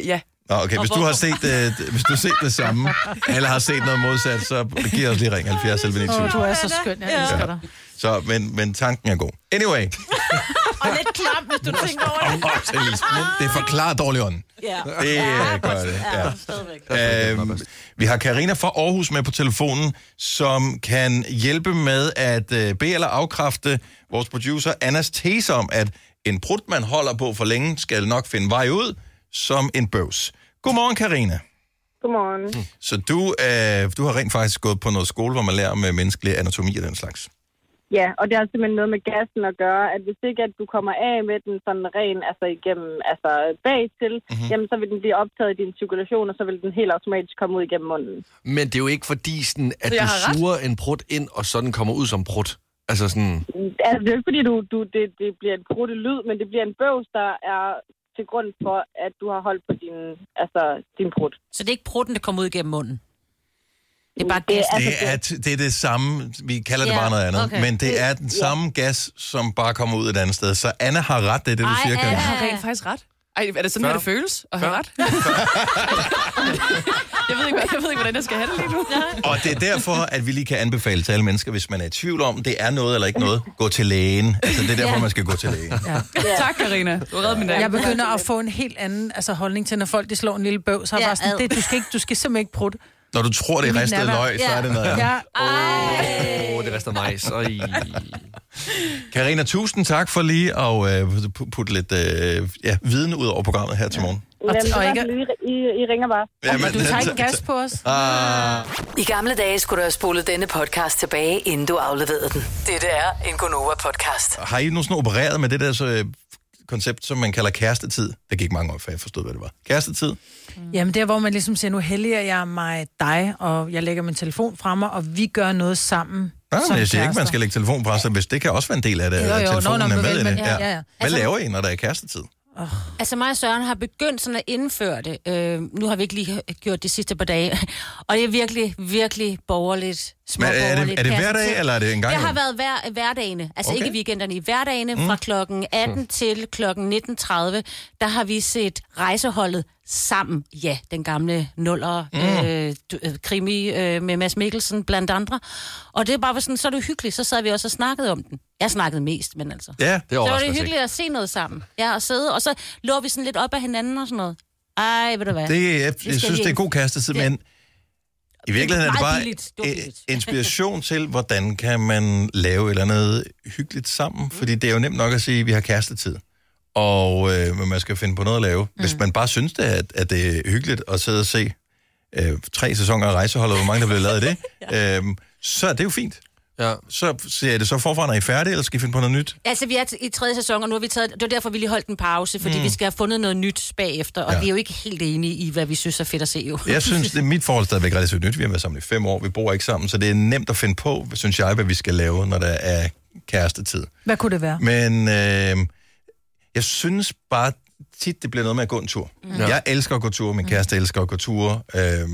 Nå, okay, hvis du har set, øh, hvis du har set det samme, eller har set noget modsat, så giv os lige ring halvfjerds elleve ni tusind. Åh, du er så skøn, jeg elsker dig. Så, men, men tanken er god. Anyway. Og lidt klam, hvis du tænker over det. Det forklarer dårlig ånd. Ja. Det øh, gør det, ja. Øhm, vi har Karina fra Aarhus med på telefonen, som kan hjælpe med at øh, bede eller afkræfte vores producer Annas tese om, at en prut, man holder på for længe, skal nok finde vej ud som en bøvs. Godmorgen, Karina. Godmorgen. Så du, øh, du har rent faktisk gået på noget skole, hvor man lærer med menneskelig anatomi og den slags. Ja, og det har simpelthen noget med gassen at gøre, at hvis ikke at du kommer af med den sådan ren, altså igennem, altså bagtil, mm-hmm. jamen så vil den blive optaget i din cirkulation, og så vil den helt automatisk komme ud igennem munden. Men det er jo ikke fordi, sådan, at du suger en prut ind, og sådan kommer ud som prut. Altså sådan... Altså det er ikke fordi, du, du, det, det bliver en pruttet lyd, men det bliver en bøvs, der er til grund for, at du har holdt på din, altså, din prut. Så det er ikke prutten, der kommer ud igennem munden? Det er bare det, gas. Det er, det er det samme, vi kalder det Ja, bare noget andet, okay. men det er den samme gas, som bare kommer ud et andet sted. Så Anna har ret, det er det, du Ej, siger, Anna Karina. har rent faktisk ret. Ej, er det sådan, Før. at det føles at have Før. ret? jeg, ved ikke, jeg ved ikke, hvordan jeg skal have det lige nu. Og det er derfor, at vi lige kan anbefale til alle mennesker, hvis man er i tvivl om, det er noget eller ikke noget, gå til lægen. Altså, det er derfor, Ja. man skal gå til lægen. Ja. Tak, Karina. Du har reddet min dag. Jeg begynder at få en helt anden altså, holdning til, når folk de slår en lille bøv, så er Ja, ja, bare sådan, ad. det, du, skal ikke, du skal simpelthen ikke prutte. Når du tror, det er Min ristet nærvær. løg, så er det noget andet. Ja. Åh, oh, det rester majs. Oj. Karina, tusind tak for lige at øh, putte lidt øh, ja, viden ud over programmet her til morgen. Jamen, det er ikke... I, I, I ringer bare. Ja, men- du tager ikke gas på os. Ah. I gamle dage skulle du have spolet denne podcast tilbage, inden du afleverede den. Dette er en Gonova-podcast. Har I nogensinde opereret med det der så, øh, koncept, som man kalder kærestetid? Det gik mange år, før jeg forstod, hvad det var. Kærestetid? Jamen, der hvor man ligesom siger, nu helliger jeg mig dig, og jeg lægger min telefon fremme, og vi gør noget sammen. Ah, som men jeg siger ikke, man kærester. skal lægge telefon fra sig, hvis det kan også være en del af det, Jo, jo, at telefonen nå, nå, er men med vel, i men- det. ja, ja, ja. Hvad Altså- laver I, når der er kærestetid? Altså mig og Søren har begyndt sådan at indføre det. Øh, nu har vi ikke lige gjort det sidste par dage. Og det er virkelig, virkelig borgerligt. Men er det, småborgerligt er det hver kærestetid. dag, eller er det en gang? Det har imellem? været hver, hverdagene. Altså Okay. okay. ikke weekenderne. I hverdagene Mm. fra klokken atten til klokken nitten tredive, der har vi set Rejseholdet sammen. Ja, den gamle nuller Mm. øh, du- øh, krimi øh, med Mads Mikkelsen blandt andre. Og det er bare sådan, så er det hyggeligt. Så sad vi også og snakkede om den. Jeg snakkede mest, men altså. Ja, det Så var det hyggeligt at se noget sammen. Ja, og sidde, og så lå vi sådan lidt op af hinanden og sådan noget. Ej, ved du hvad? Det, jeg, jeg skal synes, vi det er ikke. god kærestetid, Det- men i virkeligheden er det meget bare billigt. Det var eh, billigt. inspiration til, hvordan kan man lave et eller andet hyggeligt sammen. Fordi det er jo nemt nok at sige, at vi har kærestetid. Og øh, men man skal finde på noget at lave. Mm. Hvis man bare synes, det, at, at det er hyggeligt at sidde og se øh, tre sæsoner af Rejseholdet, hvor mange der bliver lavet af det, ja. øhm, så er det jo fint. Ja. Så ser jeg det så forfra, når I er færdige, eller skal I finde på noget nyt? Altså, vi er t- i tredje sæson, og nu har vi taget... Det var derfor, vi lige holdt en pause, fordi Mm. mm. vi skal have fundet noget nyt bagefter, og Ja. ja. vi er jo ikke helt enige i, hvad vi synes er fedt at se, jo. Jeg synes, det er mit forhold stadigvæk relativt nyt. Vi har været sammen i fem år, vi bor ikke sammen, så det er nemt at finde på, synes jeg, hvad vi skal lave, når der er kærestetid. Hvad kunne det være? Men øh, jeg synes bare tit, det bliver noget med at gå en tur. Mm. Jeg elsker at gå tur, min kæreste elsker at gå ture. Øh,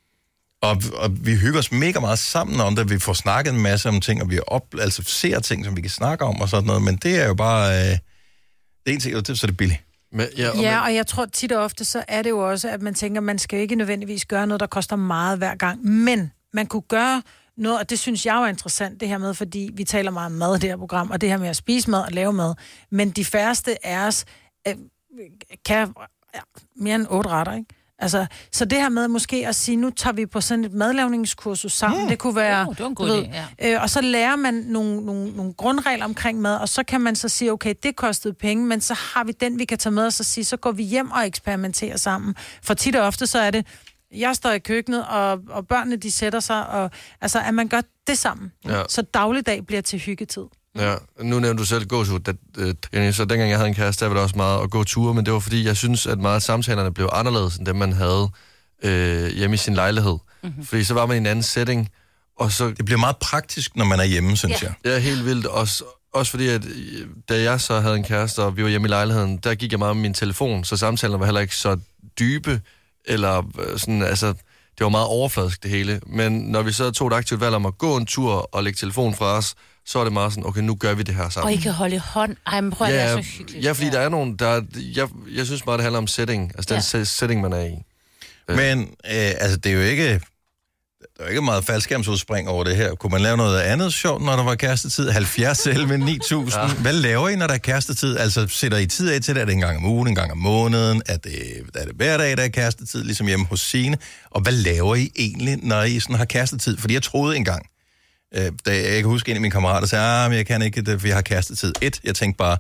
og, og vi hygger os mega meget sammen om det. Vi får snakket en masse om ting, og vi op, altså ser ting, som vi kan snakke om og sådan noget. Men det er jo bare... Øh, det er en ting, og det, så er det billigt. Men, ja, og Ja, og jeg tror tit og ofte, så er det jo også, at man tænker, man skal jo ikke nødvendigvis gøre noget, der koster meget hver gang. Men man kunne gøre noget, og det synes jeg jo er interessant, det her med, fordi vi taler meget om mad i det her program, og det her med at spise mad og lave mad. Men de færreste af os øh, kan ja, mere end otte retter, ikke? Altså, så det her med måske at sige, nu tager vi på sådan et madlavningskursus sammen, mm. det kunne være... Oh, det var en god du ved, idé, ja. øh, og så lærer man nogle, nogle, nogle grundregler omkring mad, og så kan man så sige, okay, det kostede penge, men så har vi den, vi kan tage med os og sige, så går vi hjem og eksperimenterer sammen. For tit og ofte, så er det, jeg står i køkkenet, og, og børnene, de sætter sig, og altså, at man gør det sammen. Ja. Så dagligdag bliver til hyggetid. Ja, nu nævnte du selv gåtur, da, øh, så dengang jeg havde en kæreste, der var det også meget at gå ture, men det var fordi, jeg synes, at meget af samtalerne blev anderledes, end dem man havde øh, hjemme i sin lejlighed. Mm-hmm. Fordi så var man i en anden setting, og så... Det bliver meget praktisk, når man er hjemme, synes jeg. Ja, helt vildt. Også, også fordi, at øh, da jeg så havde en kæreste, og vi var hjemme i lejligheden, der gik jeg meget med min telefon, så samtalerne var heller ikke så dybe, eller øh, sådan, altså... Det var meget overfladisk, det hele. Men når vi så tog et aktivt valg om at gå en tur og lægge telefonen fra os, så er det meget sådan, okay, nu gør vi det her sammen. Og I kan holde i hånd. Ej, men prøv at ja, det er så hyggeligt. Ja, fordi ja. der er nogen, der... Jeg, jeg synes bare, det handler om setting. Altså den ja. setting, man er i. Men øh, altså, det er jo ikke... Der er jo ikke meget faldskærmsudspring over det her. Kunne man lave noget andet sjovt, når der var kærestetid? halvfjerds med ni tusind. Ja. Hvad laver I, når der er kærestetid? Altså, sætter I tid af til det? Er det en gang om ugen, en gang om måneden? Er det, er det hver dag, der er kærestetid, ligesom hjemme hos Signe? Og hvad laver I egentlig, når I sådan har kærestetid? Fordi jeg troede engang, øh, da jeg kan huske en af mine kammerater sagde, ah, men jeg kan ikke, for jeg har kærestetid. Et, jeg tænkte bare,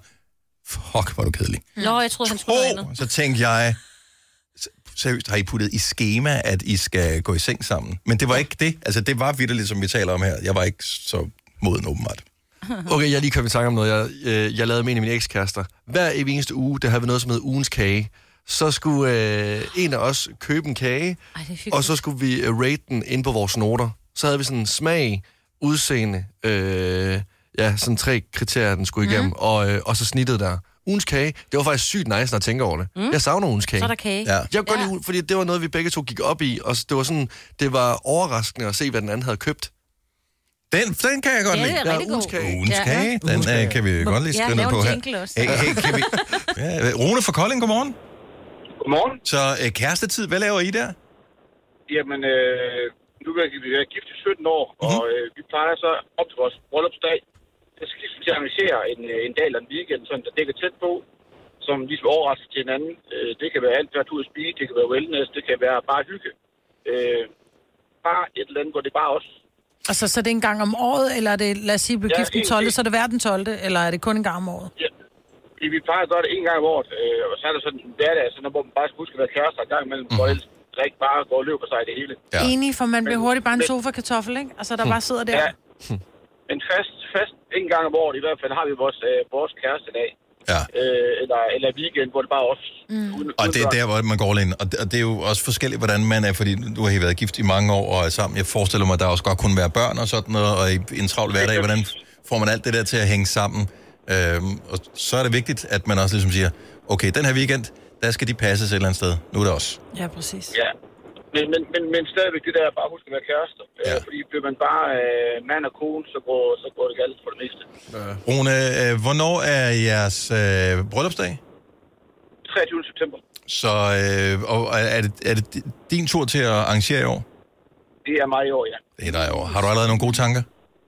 fuck, hvor er du kedelig. Nå, jeg troede, han skulle noget andet. Så tænkte jeg... Seriøst, har I puttet i skema, at I skal gå i seng sammen? Men det var ikke det. Altså, det var vitterligt, som vi taler om her. Jeg var ikke så moden, åbenbart. Okay, jeg er lige kommet i tanke om noget. Jeg, øh, jeg lavede med en af mine ekskærester. Hver eneste uge, der havde vi noget som hedder ugens kage. Så skulle øh, en af os købe en kage, Ej, og så skulle vi øh, rate den ind på vores noter. Så havde vi sådan en smag, udseende, øh, ja, sådan tre kriterier, den skulle igennem, mm. og, øh, og så snittet der. Ugens kage, det var faktisk sygt nice, når jeg tænker over det. Mm. Jeg savner ugens kage. Så er der kage. Ja. Jeg kan godt lide, fordi det var noget, vi begge to gik op i, og det var sådan, det var overraskende at se, hvad den anden havde købt. Den, den kan jeg godt ja, lide. Ja, ugens kage. Ugens ja. kage, den ugens kage. Uh, kan vi godt lige skrive ja, ned på her. Hey, hey, kan vi... ja, Rune fra Kolding, godmorgen. Godmorgen. Så uh, kærestetid, hvad laver I der? Jamen, øh, nu er vi gift i sytten år, mm-hmm. og øh, vi plejer så op til vores bryllupsdag, så skal vi til at arrangere en, en dag eller en weekend, sådan, der dækker tæt på, som vi skal overraske til hinanden. Øh, det kan være alt, der er ud at spise, det kan være wellness, det kan være bare hygge. Øh, bare et eller andet, hvor det er bare os. Altså, så er det en gang om året, eller er det, lad os sige, vi gift den tolvte, så er det hver den tolvte, eller er det kun en gang om året? Ja. Vi plejer at gøre det en gang om året, øh, og så er der sådan en hverdag, sådan, hvor man bare skal huske at være kærester en gang imellem, mm. hvor ellers ikke bare går og løber sig i det hele. Ja. Enig, for man bliver hurtigt bare en sofa-kartoffel, ikke? Altså, der bare sidder der. Ja. Men fast, fast en gang om året i hvert fald har vi vores, øh, vores kærestedag. Ja. Øh, eller, eller weekend, hvor det bare er os. Mm. Uden, og det er der, hvor man går ind. Og det, og det er jo også forskelligt, hvordan man er, fordi du har været gift i mange år og er sammen. Jeg forestiller mig, at der også godt kunne være børn og sådan noget, og i en travl hverdag, hvordan får man alt det der til at hænge sammen? Øhm, og så er det vigtigt, at man også ligesom siger, okay, den her weekend, der skal de passes et eller andet sted. Nu er det os. Ja, præcis. Ja, men, men, men, men stadigvæk det der, bare husk at være kærester. Ja. Øh, fordi bliver man bare øh, mand og kone, så går, så går det galt for det meste. Ja. Rune, øh, hvornår er jeres øh, bryllupsdag? treogtyvende september. Så øh, og er, det, er det din tur til at arrangere i år? Det er mig i år, ja. Det er dig i år. Har du allerede nogle gode tanker?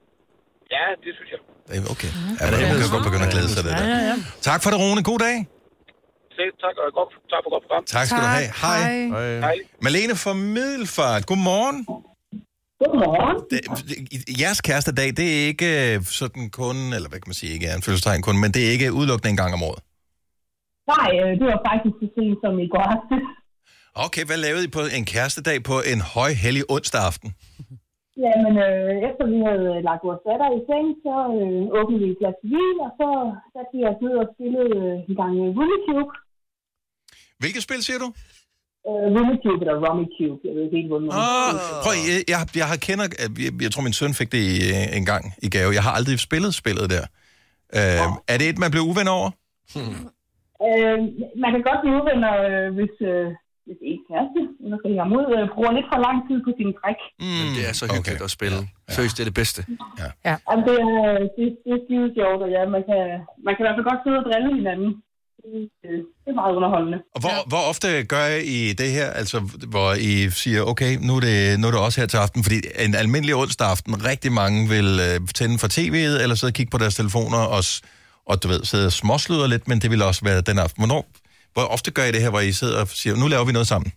Ja, det synes jeg. Okay. Mm. Ja, man kan godt begynde at glæde sig det der. Ja, ja, ja. Tak for det, Rune. God dag. Selv tak, og godt, tak for godt program. Tak skal tak. du have. Hej. Hej. Hej. Malene fra Middelfart. Godmorgen. Godmorgen. Det, jeres kærestedag, det er ikke sådan kun, eller hvad kan man sige, ikke er en fødselstegn kun, men det er ikke udelukkende en gang om året? Nej, det var faktisk så sent som i går. Okay, hvad lavede I på en kærestedag på en højhellig onsdag aften? Jamen, øh, efter vi havde lagt vores datter i seng, så øh, åbnede vi et glas vin, og så satte vi os ned og spillede øh, en gang Rummikube. Hvilket spil siger du? Uh, Rummikube eller Rummikube, jeg ved ikke helt, hvordan man oh, prøv, jeg, jeg, jeg har kender, jeg, jeg tror min søn fik det i, en gang i gave. Jeg har aldrig spillet spillet der. Uh, ja. Er det et, man bliver uvenner over? Hmm. Uh, man kan godt blive uvenner, øh, hvis... Øh, hvis ikke kæreste, eller skal jeg mod, øh, bruger lidt for lang tid på sin træk. Mm, det er så hyggeligt okay. at spille. Ja. Seriøst, det er det bedste. Ja. Ja. Altså, det er, det, det er skide sjovt, og ja, man kan, man kan i hvert fald godt sidde og drille hinanden. Det, det er meget underholdende. Og hvor, ja. hvor ofte gør I det her, altså hvor I siger, okay, nu er, det, nu er det også her til aften, fordi en almindelig onsdag aften, rigtig mange vil øh, tænde for tv'et, eller sidde og kigge på deres telefoner, og, og du ved, sidde og småsluder lidt, men det vil også være den aften. Hvornår? Hvor ofte gør I det her, hvor I sidder og siger, nu laver vi noget sammen?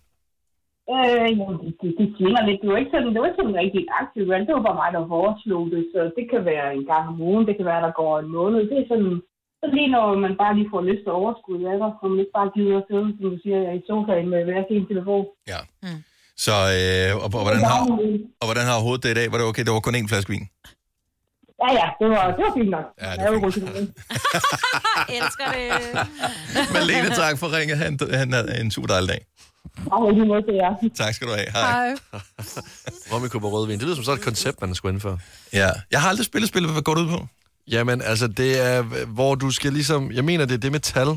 Øh, jo, det, det, det svinger lidt. Det var ikke sådan, det var ikke sådan rigtig aktivt, men det var bare mig, der foreslog det. Så det kan være en gang om ugen, det kan være, der går en måned. Det er sådan, så lige når man bare lige får lyst til overskud af dig, så man ikke bare gider at sidde, som du siger, i sofaen med hver sin telefon. Ja. Mm. Så, øh, og, og, hvordan har, og hvordan har hovedet det i dag? Var det okay, det var kun én flaske vin? Ja, ja, det var, det var fint nok. Ja, det var fint. Jeg elsker det. Malene, tak for ringet. Han, han havde en super dejlig dag. Ja, lige måde til jer. Tak skal du have. Hej. Hej. Rummikube og rødvin. Det lyder som sådan et koncept, man skulle indføre. Ja. Jeg har aldrig spillet spillet. Hvad går det ud på? Jamen, altså, det er, hvor du skal ligesom... Jeg mener, det er det med tal.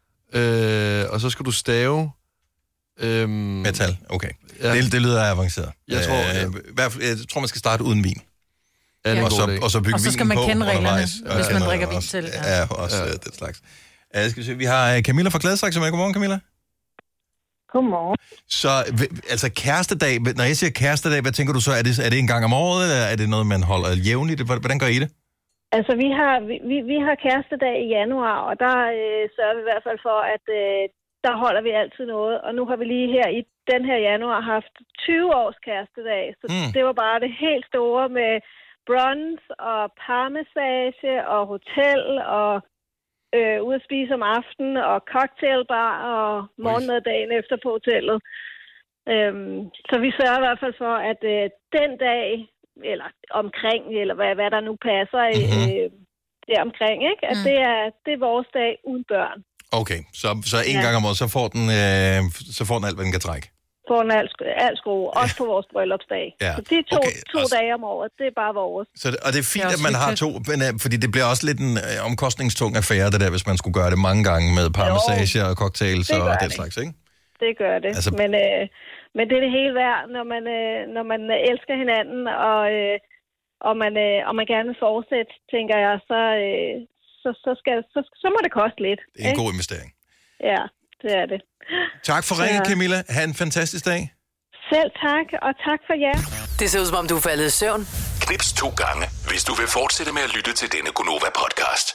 Øh, og så skal du stave... Øhm, Metal, okay. Ja. Det, det lyder avanceret. Jeg tror, øh, jeg... jeg tror, man skal starte uden vin. Ja, det er en og, god så, idé. og så bygge Og så skal vinen man på kende reglerne, undervejs. hvis Ja, man og- drikker vin også- til. Ja, ja også ja. den slags. Ja, skal vi, se. vi har øh, Camilla fra Gladsaxe med. Godmorgen, Camilla. Godmorgen. Så v- altså kærestedag, når jeg siger kærestedag, hvad tænker du så? Er det, er det en gang om året, eller er det noget, man holder jævnligt? Hvordan gør I det? Altså, vi har, vi, vi, vi har kærestedag i januar, og der øh, sørger vi i hvert fald for, at øh, der holder vi altid noget. Og nu har vi lige her i den her januar haft tyve års kærestedag, så mm. det var bare det helt store med brunch og parmassage og hotel og øh, ude at spise om aftenen og cocktailbar og morgenmad dagen efter på hotellet. Øhm, så vi sørger i hvert fald for, at øh, den dag, eller omkring, eller hvad, hvad der nu passer mm-hmm. øh, der omkring, ikke? At mm. det, er, det er vores dag uden børn. Okay, så, så en ja. gang om året, så får den, øh, så får den alt, hvad den kan trække. Får den alt, alt skrue, ja. Også på vores bryllupsdag. Ja. Så de to, okay, to også... dage om året, det er bare vores. Så det, og det er fint, det er at man har to, men, øh, fordi det bliver også lidt en øh, omkostningstung affære, det der, hvis man skulle gøre det mange gange med parmassage og cocktails og den slags, ikke? Det gør det, altså... men, øh, men det er det hele værd, når man, øh, når man elsker hinanden, og, øh, og, man, øh, og man gerne vil fortsætte, tænker jeg, så, øh, så, så, skal, så, så må det koste lidt. Det er en ikke? god investering. Ja, det er det. Tak for ringen, Ja. Camilla. Ha' en fantastisk dag. Selv tak, og tak for jer. Det ser ud som om, du er faldet i søvn. Knips to gange, hvis du vil fortsætte med at lytte til denne Gonova-podcast.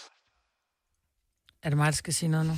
Er det mig, der skal sige noget nu?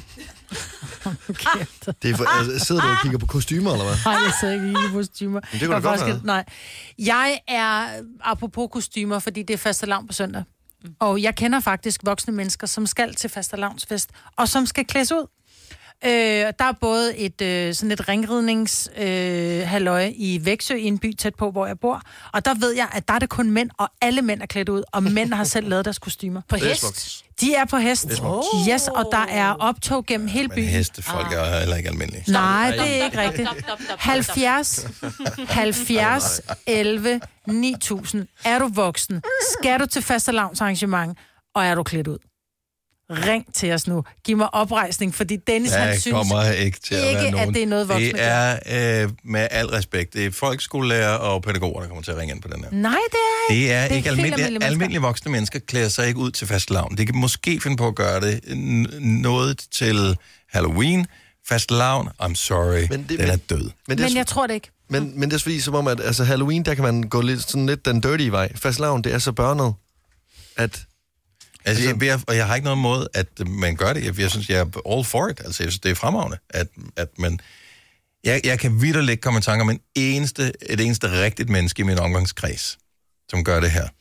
Det er for, altså, sidder du og kigger på kostymer, eller hvad? Nej, jeg sidder ikke i kostymer. Men det kunne da godt være. Nej. Jeg er, apropos kostymer, fordi det er fastelavn på søndag. Og jeg kender faktisk voksne mennesker, som skal til fastelavnsfest, og som skal klædes ud. Øh, der er både et øh, sådan et ringridnings øh, halløj i Væksø, i en by tæt på, hvor jeg bor. Og der ved jeg, at der er det kun mænd, og alle mænd er klædt ud, og mænd har selv lavet deres kostymer. På hest? De er på hest. Oh. Yes, og der er optog gennem hele byen. Men hestefolk ah. er heller ikke almindelige. Nej, det er ikke rigtigt. halvfjerds, halvfjerds, elleve, ni tusind. Er du voksen? Skal du til fastelavnsarrangement? Og er du klædt ud? Ring til os nu. Giv mig oprejsning, fordi Dennis, ja, han synes kommer ikke til at ikke, være nogen. at det er noget voksne. Det er, øh, med al respekt, det er folkeskolelærer og pædagoger, der kommer til at ringe ind på den her. Nej, det er ikke. Det er, det er ikke almindelige, almindelige voksne mennesker klæder sig ikke ud til fastelavn. Det kan måske finde på at gøre det n- noget til Halloween. Fastelavn, I'm sorry, men det, den er død. Men, det er, men jeg tror det ikke. Men, men det er fordi, som om, at altså, Halloween, der kan man gå lidt, sådan lidt den dirty vej. Fastelavn, det er så børnet, at... Altså, jeg, jeg, og jeg har ikke noget måde, at man gør det. Jeg, jeg synes, jeg er all for it. Altså, jeg synes, det er fremragende, at, at man... Jeg, jeg kan vitterligt ikke komme i tanke om en eneste, et eneste rigtigt menneske i min omgangskreds, som gør det her.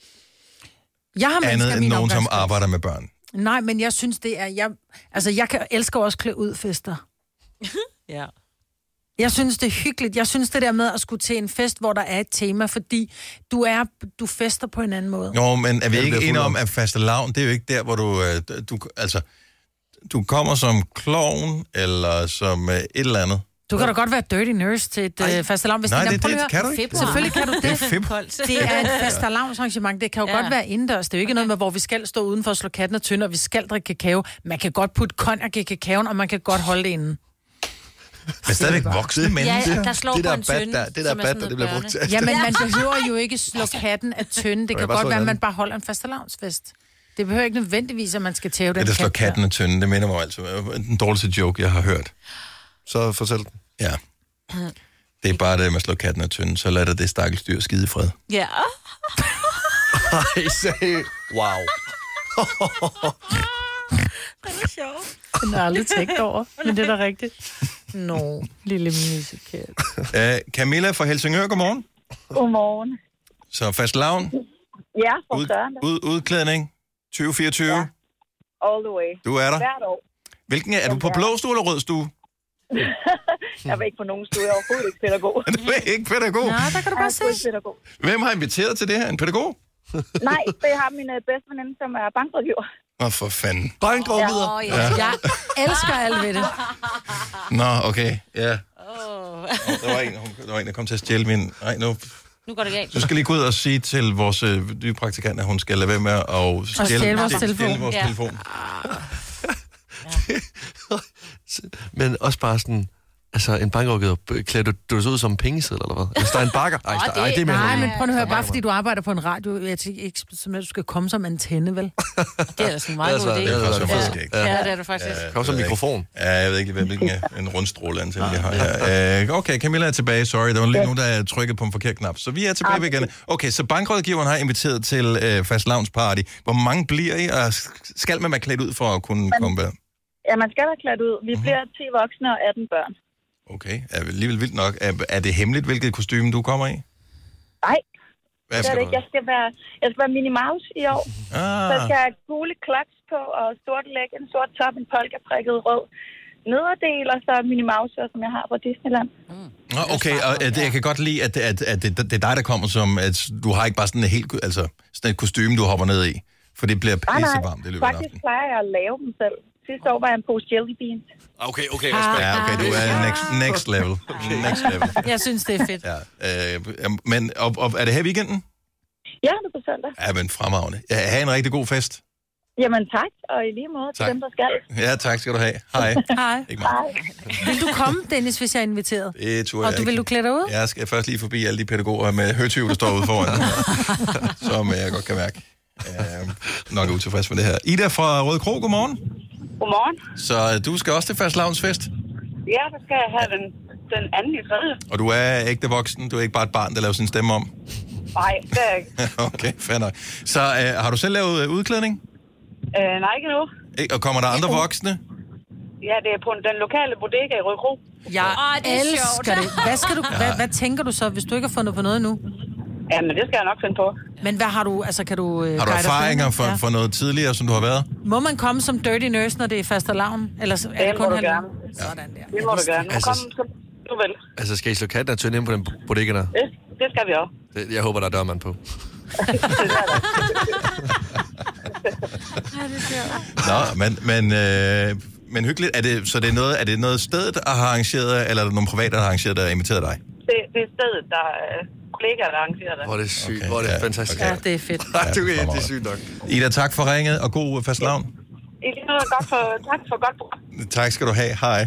Jeg har andet end nogen, som arbejder med børn. Nej, men jeg synes, det er... Jeg, altså, jeg kan, elsker også klæde ud fester. Ja. Jeg synes, det er hyggeligt. Jeg synes, det der med at skulle til en fest, hvor der er et tema, fordi du er du fester på en anden måde. Nå, men er vi Ja, det ikke bliver enige om, fuldt at fastelavn, det er jo ikke der, hvor du... øh, du altså, du kommer som klovn, eller som øh, et eller andet. Du kan da godt være dirty nurse til et øh, fastelavn, hvis Nej, det, det- prøv det at høre. kan du ikke. Selvfølgelig kan du det. Det er fem. Det er et fastelavnsarrangement. Det kan jo Ja. ja. godt være indendørs. Det er jo ikke noget med, hvor vi skal stå udenfor og slå katten og tynde, og vi skal drikke kakao. Man kan godt putte konjak i kakaoen, og man kan godt holde det inde. Men stadigvæk voksne mennesker. Ja, der slår det på der en bat tynde, der, det der som er bat sådan der, det noget bliver brugt børne. til. Ja, men man behøver jo ikke slå katten af tynde. Det jeg kan bare godt slå være, at en man anden. bare holder en fastelavnsfest. Det behøver ikke nødvendigvis, at man skal tæve den Det, der slår kat der. katten af tynde, det minder mig altså om den dårligste joke, jeg har hørt. Så fortæl den. Ja. Det er bare det, man slår katten af tynde, så lader det stakkels dyr skide i fred. Ja. Ej, sag. Wow. Det er sjovt. Den har jeg aldrig tænkt over, men det er da rigtigt. Nå, lille musekat. Uh, Camilla fra Helsingør, godmorgen. Godmorgen. Så fastelavn, Ja, for ud, søren. ud, udklædning, tyve fireogtyve. Ja. All the way. Du er der. Hvert år. Hvilken er, er du på blå stue eller rød stue? Jeg var ikke på nogen stue. Jeg er overhovedet ikke pædagog. Du er ikke pædagog. Nå, der kan du Jeg er godt se. overhovedet pædagog. Hvem har inviteret til det her? En pædagog? Nej, det har min øh, bedste veninde, som er bankrådgiver. Åh, for fanden. Bankrådgiver. Åh, Ja. ja. Jeg elsker alt ved det. Nå, okay. Ja. Åh. Oh, der, var en, der var en, der kom til at stjæle min... Nej, nu... Nu går det galt. Du skal lige gå ud og sige til vores øh, nye praktikant, at hun skal lade være med at stjæle, stjæle vores stjæle telefon. vores Ja. telefon. Men også bare sådan, Altså, en bankrådgiver, klæder du, du så ud som en pengeseddel, eller hvad? Eller Stein Bakker? Ej, Ej, det, ej, det er nej, men prøv at høre, bare fordi du arbejder på en radio, jeg tænker ikke, som at du skal komme som antenne, vel? Det er da sådan en meget god idé. Det er faktisk faktisk ikke. Ja, det er det faktisk. Ja, kom som mikrofon. Ja, jeg ved ikke, hvilken en rundstråle antenne jeg har her. Okay, Camilla er tilbage. Sorry, der var lige nogen, der trykkede på en forkert knap. Så vi er tilbage igen. Okay, så bankrådgiveren har inviteret til øh, fastelavnsparty. Hvor mange bliver I, og skal man være klædt ud for at kunne komme med? Ja, man skal være klædt ud. Vi bliver ti voksne og atten børn. Okay, er alligevel vildt nok. Er, er det hemmeligt, hvilket kostume du kommer i? Nej, Hvad det er det ikke. Jeg skal være, jeg skal være Minnie Mouse i år. Ah. Så jeg skal have gule kloks på, og sort læg, en sort top, en polkaprikket rød nederdel, og så Minnie Mouse, som jeg har fra Disneyland. Mm. Okay, og at, jeg kan godt lide, at, at, at det, det er dig, der kommer som... At du har ikke bare sådan et helt altså, sådan et kostume, du hopper ned i. For det bliver pissevarmt i løbet af faktisk plejer jeg at lave dem selv. Sidste år var jeg en pose jelly beans. Okay, okay, respekt. Ja, okay, du er next, next level. Next level. Jeg synes, det er fedt. Ja, øh, men og, og, er det her i weekenden? Ja, det er på søndag. Ja, men fremragende. Ja, ha' en rigtig god fest. Jamen tak, og i lige måde til tak. dem, der skal. Ja, tak skal du have. Hej. Hej. Vil du komme, Dennis, hvis jeg er inviteret? Det tror jeg Og du ikke. vil du klæde dig ud? Jeg skal først lige forbi alle de pædagoger med høtyve, der står ude foran. Som jeg godt kan mærke. Øh, nok er utilfreds med det her. Ida fra Røde Kro, godmorgen. Godmorgen. Så du skal også til fastelavnsfest? Ja, så skal jeg have den, den anden i tredje. Og du er ægte voksen? Du er ikke bare et barn, der laver sin stemme om? Nej, det er ikke. Okay, fair nok. Så øh, har du selv lavet øh, udklædning? Øh, nej, ikke nu. Og kommer der andre voksne? Ja, det er på den lokale bodega i Røde Kro. Jeg Åh, det er elsker sjovt. det. Hvad, skal du, hvad, hvad tænker du så, hvis du ikke har fundet på noget nu? Ja, men det skal jeg nok finde på. Men hvad har du, altså kan du... Øh, Har du guide os erfaringer ind? for, Ja. for noget tidligere, som du har været? Må man komme som dirty nurse, når det er fastelavn? Eller er det, Det kun må du halv- gerne. Sådan der. Det må du gerne. Nu Altså- kom, så du vel. Altså, skal I slå katten og tønde ind på den bodega der? Det, det skal vi også. Det, jeg håber, der er dørmand på. Nå, men, men, øh, men hyggeligt. Er det, så det er noget, er det noget stedet, der har arrangeret, eller er det nogle private, der har arrangeret, der har inviteret dig? Det, det er stedet, der er kollegaer, der arrangerer det. Hvor er det sygt. Okay, Hvor er det ja, fantastisk. okay. Ja, det er fedt. Nej, du kan det er sygt nok. Ida, tak for ringet, og god fastelavn. I lige noget godt for, tak for godt program. Tak skal du have. Hej.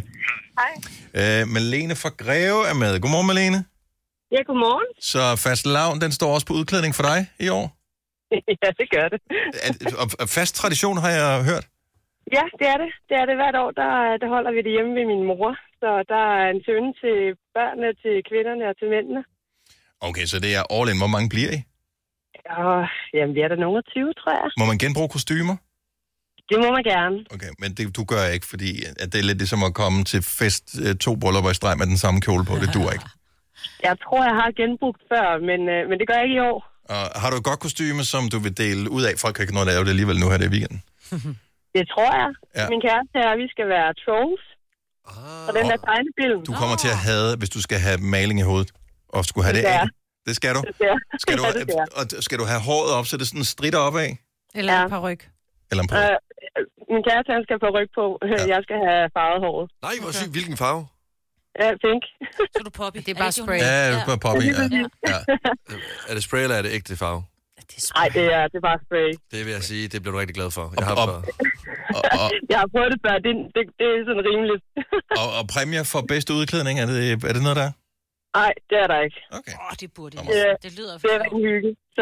Hej. Øh, Malene fra Greve er med. Godmorgen, Malene. Ja, godmorgen. Så fastelavn, den står også på udklædning for dig i år? Ja, det gør det. Er, og, og fast tradition har jeg hørt. Ja, det er det. Det er det hvert år, der, der holder vi det hjemme ved min mor. Så der er en søn til børnene, til kvinderne og til mændene. Okay, så det er all in. Hvor mange bliver I? Og jamen, vi er der nogen af tyve, tror jeg. Må man genbruge kostymer? Det må man gerne. Okay, men det, du gør ikke, fordi at det er lidt ligesom at komme til fest øh, to bryllupper i streg med den samme kjole på. Det duer ikke. Jeg tror, jeg har genbrugt før, men, øh, men det gør jeg ikke i år. Og har du et godt kostyme, som du vil dele ud af? Folk kan ikke nå at lave det alligevel nu her, det er weekenden. Det tror jeg. Ja. Min kæreste her, vi skal være trolls. Ah, og den der tegnefilm. Du kommer til at have, hvis du skal have maling i hovedet, og skulle have Det det, skal af. jeg. Det skal du? Det skal jeg. Skal du, Ja, det skal jeg. og skal du have håret op, så det sådan stritter op af? Eller ja. en paryk. Eller en paryk? Øh, min kæreste, han skal få ryg på. Ja. Jeg skal have farvet håret. Nej, hvor sygt. Hvilken farve? Ja, pink. Så er du poppy. Det er bare spray. Ja, det er bare poppy, ja. ja. Er det spray, eller er det ægte farve? Nej, det er, det er bare spray. Det vil jeg sige, det bliver du rigtig glad for. Jeg har, Og- for... Og, og, Jeg har prøvet det før. Det, det, det er sådan rimeligt. og, og præmier for bedste udklædning, er det, er det noget der? Nej, det er der ikke. Okay. Åh, det burde Det, jeg. Det lyder det er rigtig hygge. Så...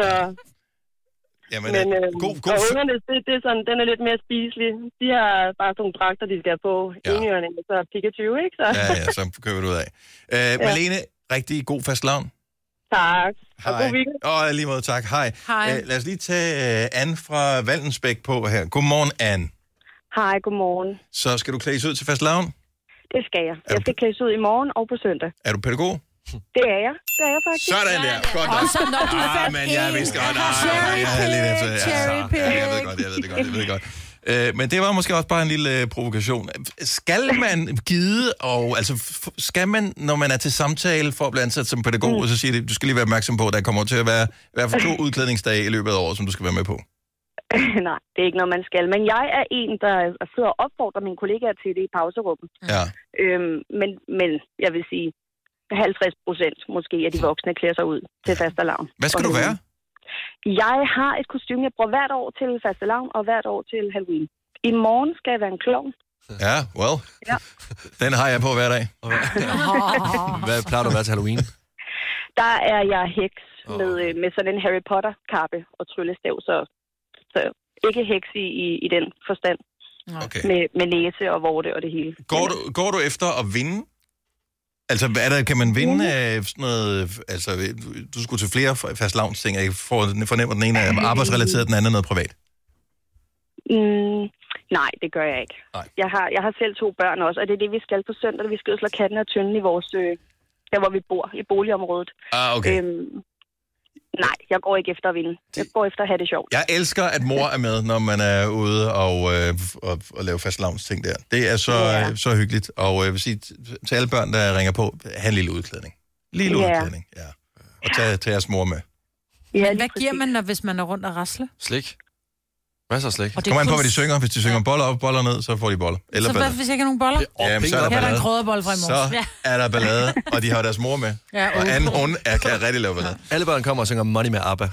Jamen, Men øh, god, god og f- ungerne, det, det er sådan, den er lidt mere spiselig. De har bare sådan nogle dragter, de skal have på. Ja. Enhjørning, og så Pikachu, ikke? Så... Ja, ja, så kører du ud af. Øh, Malene, rigtig god fastlavn. Tak. Og Hej. god weekend. Og lige måde tak. Hej. Hej. Øh, lad os lige tage uh, Anne fra Valdensbæk på her. Godmorgen, Anne. Hej, godmorgen. Så skal du klædes ud til fastlavn? Det skal jeg. Jeg skal klædes ud i morgen og på søndag. Er du pædagog? Det er jeg. Det er jeg faktisk. Sådan der. Godt nok. Og så når du ah, men jeg vidste godt. Ah, jeg havde lidt efter. Ja, så, ja, jeg ved godt, jeg ved det godt, jeg ved det godt. Øh, men det var måske også bare en lille øh, provokation. Skal man gide, og altså, f- skal man, når man er til samtale for at blive ansat som pædagog, mm. og så siger det, du skal lige være opmærksom på, at der kommer til at være i hvert fald to udklædningsdage i løbet af året, som du skal være med på? Nej, det er ikke noget, man skal. Men jeg er en, der sidder og opfordrer mine kollegaer til det i pauserummet. Ja. Øhm, men, men jeg vil sige, halvtreds procent måske af de voksne klæder sig ud til fastelavn. Hvad skal du være? Jeg har et kostume, jeg bruger hvert år til fastelavn og hvert år til Halloween. I morgen skal jeg være en klovn. Ja, well. Ja. Den har jeg på hver dag. Hvad plejer du at være til Halloween? Der er jeg heks med, øh, med sådan en Harry Potter-kappe og tryllestav, så, så ikke heks i, i, i den forstand. Okay. Med, med næse og vorte og det hele. Går du, går du efter at vinde? Altså, er der, kan man vinde af sådan noget... Altså, du skulle til flere fastlavnsting. Jeg fornemmer, den ene er arbejdsrelateret, den anden er noget privat. Mm, nej, det gør jeg ikke. Nej. Jeg har, jeg har selv to børn også, og det er det, vi skal på søndag. Vi skal ud og slå katten og tynden i vores... Øh, der, hvor vi bor, i boligområdet. Ah, okay. Øhm, nej, jeg går ikke efter at vinde. Jeg går efter at have det sjovt. Jeg elsker, at mor er med, når man er ude og, øh, og, og lave fastlavnsting der. Det er så, Ja. øh, så hyggeligt. Og øh, jeg vil sige til alle børn, der ringer på, have en lille udklædning. Lille Ja. udklædning, ja. Og tage, tage jeres mor med. Ja, Men hvad giver man, når, hvis man er rundt og rasle? Slik. Masser af slik. Det kommer an på, hvad de synger. Hvis de synger boller op, boller ned, så får de boller. Eller Så hvad, ballade. hvis jeg ikke har nogen boller? Jamen, så er der Her er der en ballade. krydderbolle fra i morges. Så er der ballade, og de har deres mor med. Ja, Og uh. Anne, hun er, kan rigtig lave ballade. Alle børn kommer og synger Money med ABBA.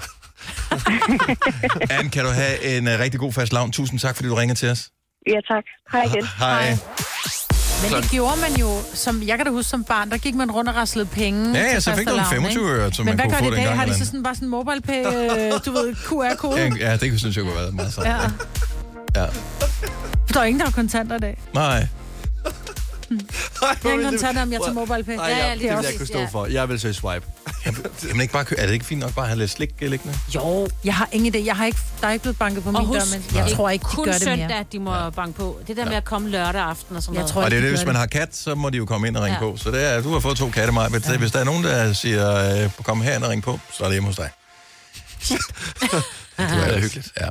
Anne, kan du have en uh, rigtig god fast lavn. Tusind tak, fordi du ringer til os. Ja, tak. Hej igen. Hej. Men det gjorde man jo, som jeg kan da huske som barn, der gik man rundt og raslede penge. Ja, ja, til så fik du en fastelavn, femogtyve ikke? øre, som Men man hvad kunne gør få de i dag? dengang, Har de eller så sådan bare sådan en mobile pay, øh, du ved, Q R-kode? Ja, ja, det synes jeg kunne være meget sådan. Ja. Ja. For der er ingen, der har kontanter i dag. Nej. Jeg har ingen kontanter, om jeg tager mobile pay. Nej, ja, det er vil også- jeg kunne stå for. Jeg vil søge swipe. Kan man ikke bare kø- er det ikke fint nok bare at have lidt slik liggende? Jo, jeg har ingen idé. Jeg har ikke, der er ikke blevet banket på min Og dør, husk, men jeg tror ikke, de kun gør det mere. søndag, de må ja. banke på. Det der med at komme lørdag aften og sådan Jeg noget. tror Og det er de det, gør hvis man det. har kat, så må de jo komme ind og ringe Ja. på. Så det er, du har fået to katte, Maja. Ja. Hvis der er nogen, der siger, øh, kom herind og ring på, så er det hjemme hos dig. Det er hyggeligt, ja.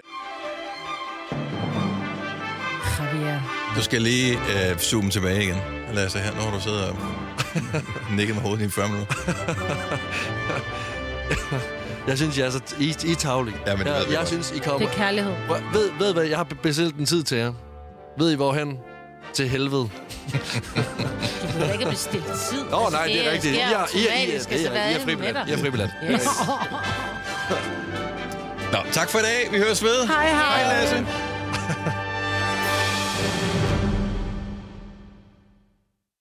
Du skal lige øh, zoome tilbage igen. Lad os se her, nu har du siddet og nikket med hovedet i fyrre minutter. Jeg synes, jeg er så... I, I er tavlige. Ja, men det jeg, ved vi jeg godt. synes, I kommer... Det er kærlighed. Hvor- Ved, ved hvad, jeg har bestilt en tid til jer. Ved I hvorhen? Til helvede. Du vil ikke bestille tid. Åh, oh, nej, det er rigtigt. I sker er, I er, I er, I automatisk, er, altså, I hvad er, I er det med fribillet. dig? I er fribillet. Yes. Nå, tak for i dag. Vi høres ved. Hej, hej. Hej, Lasse.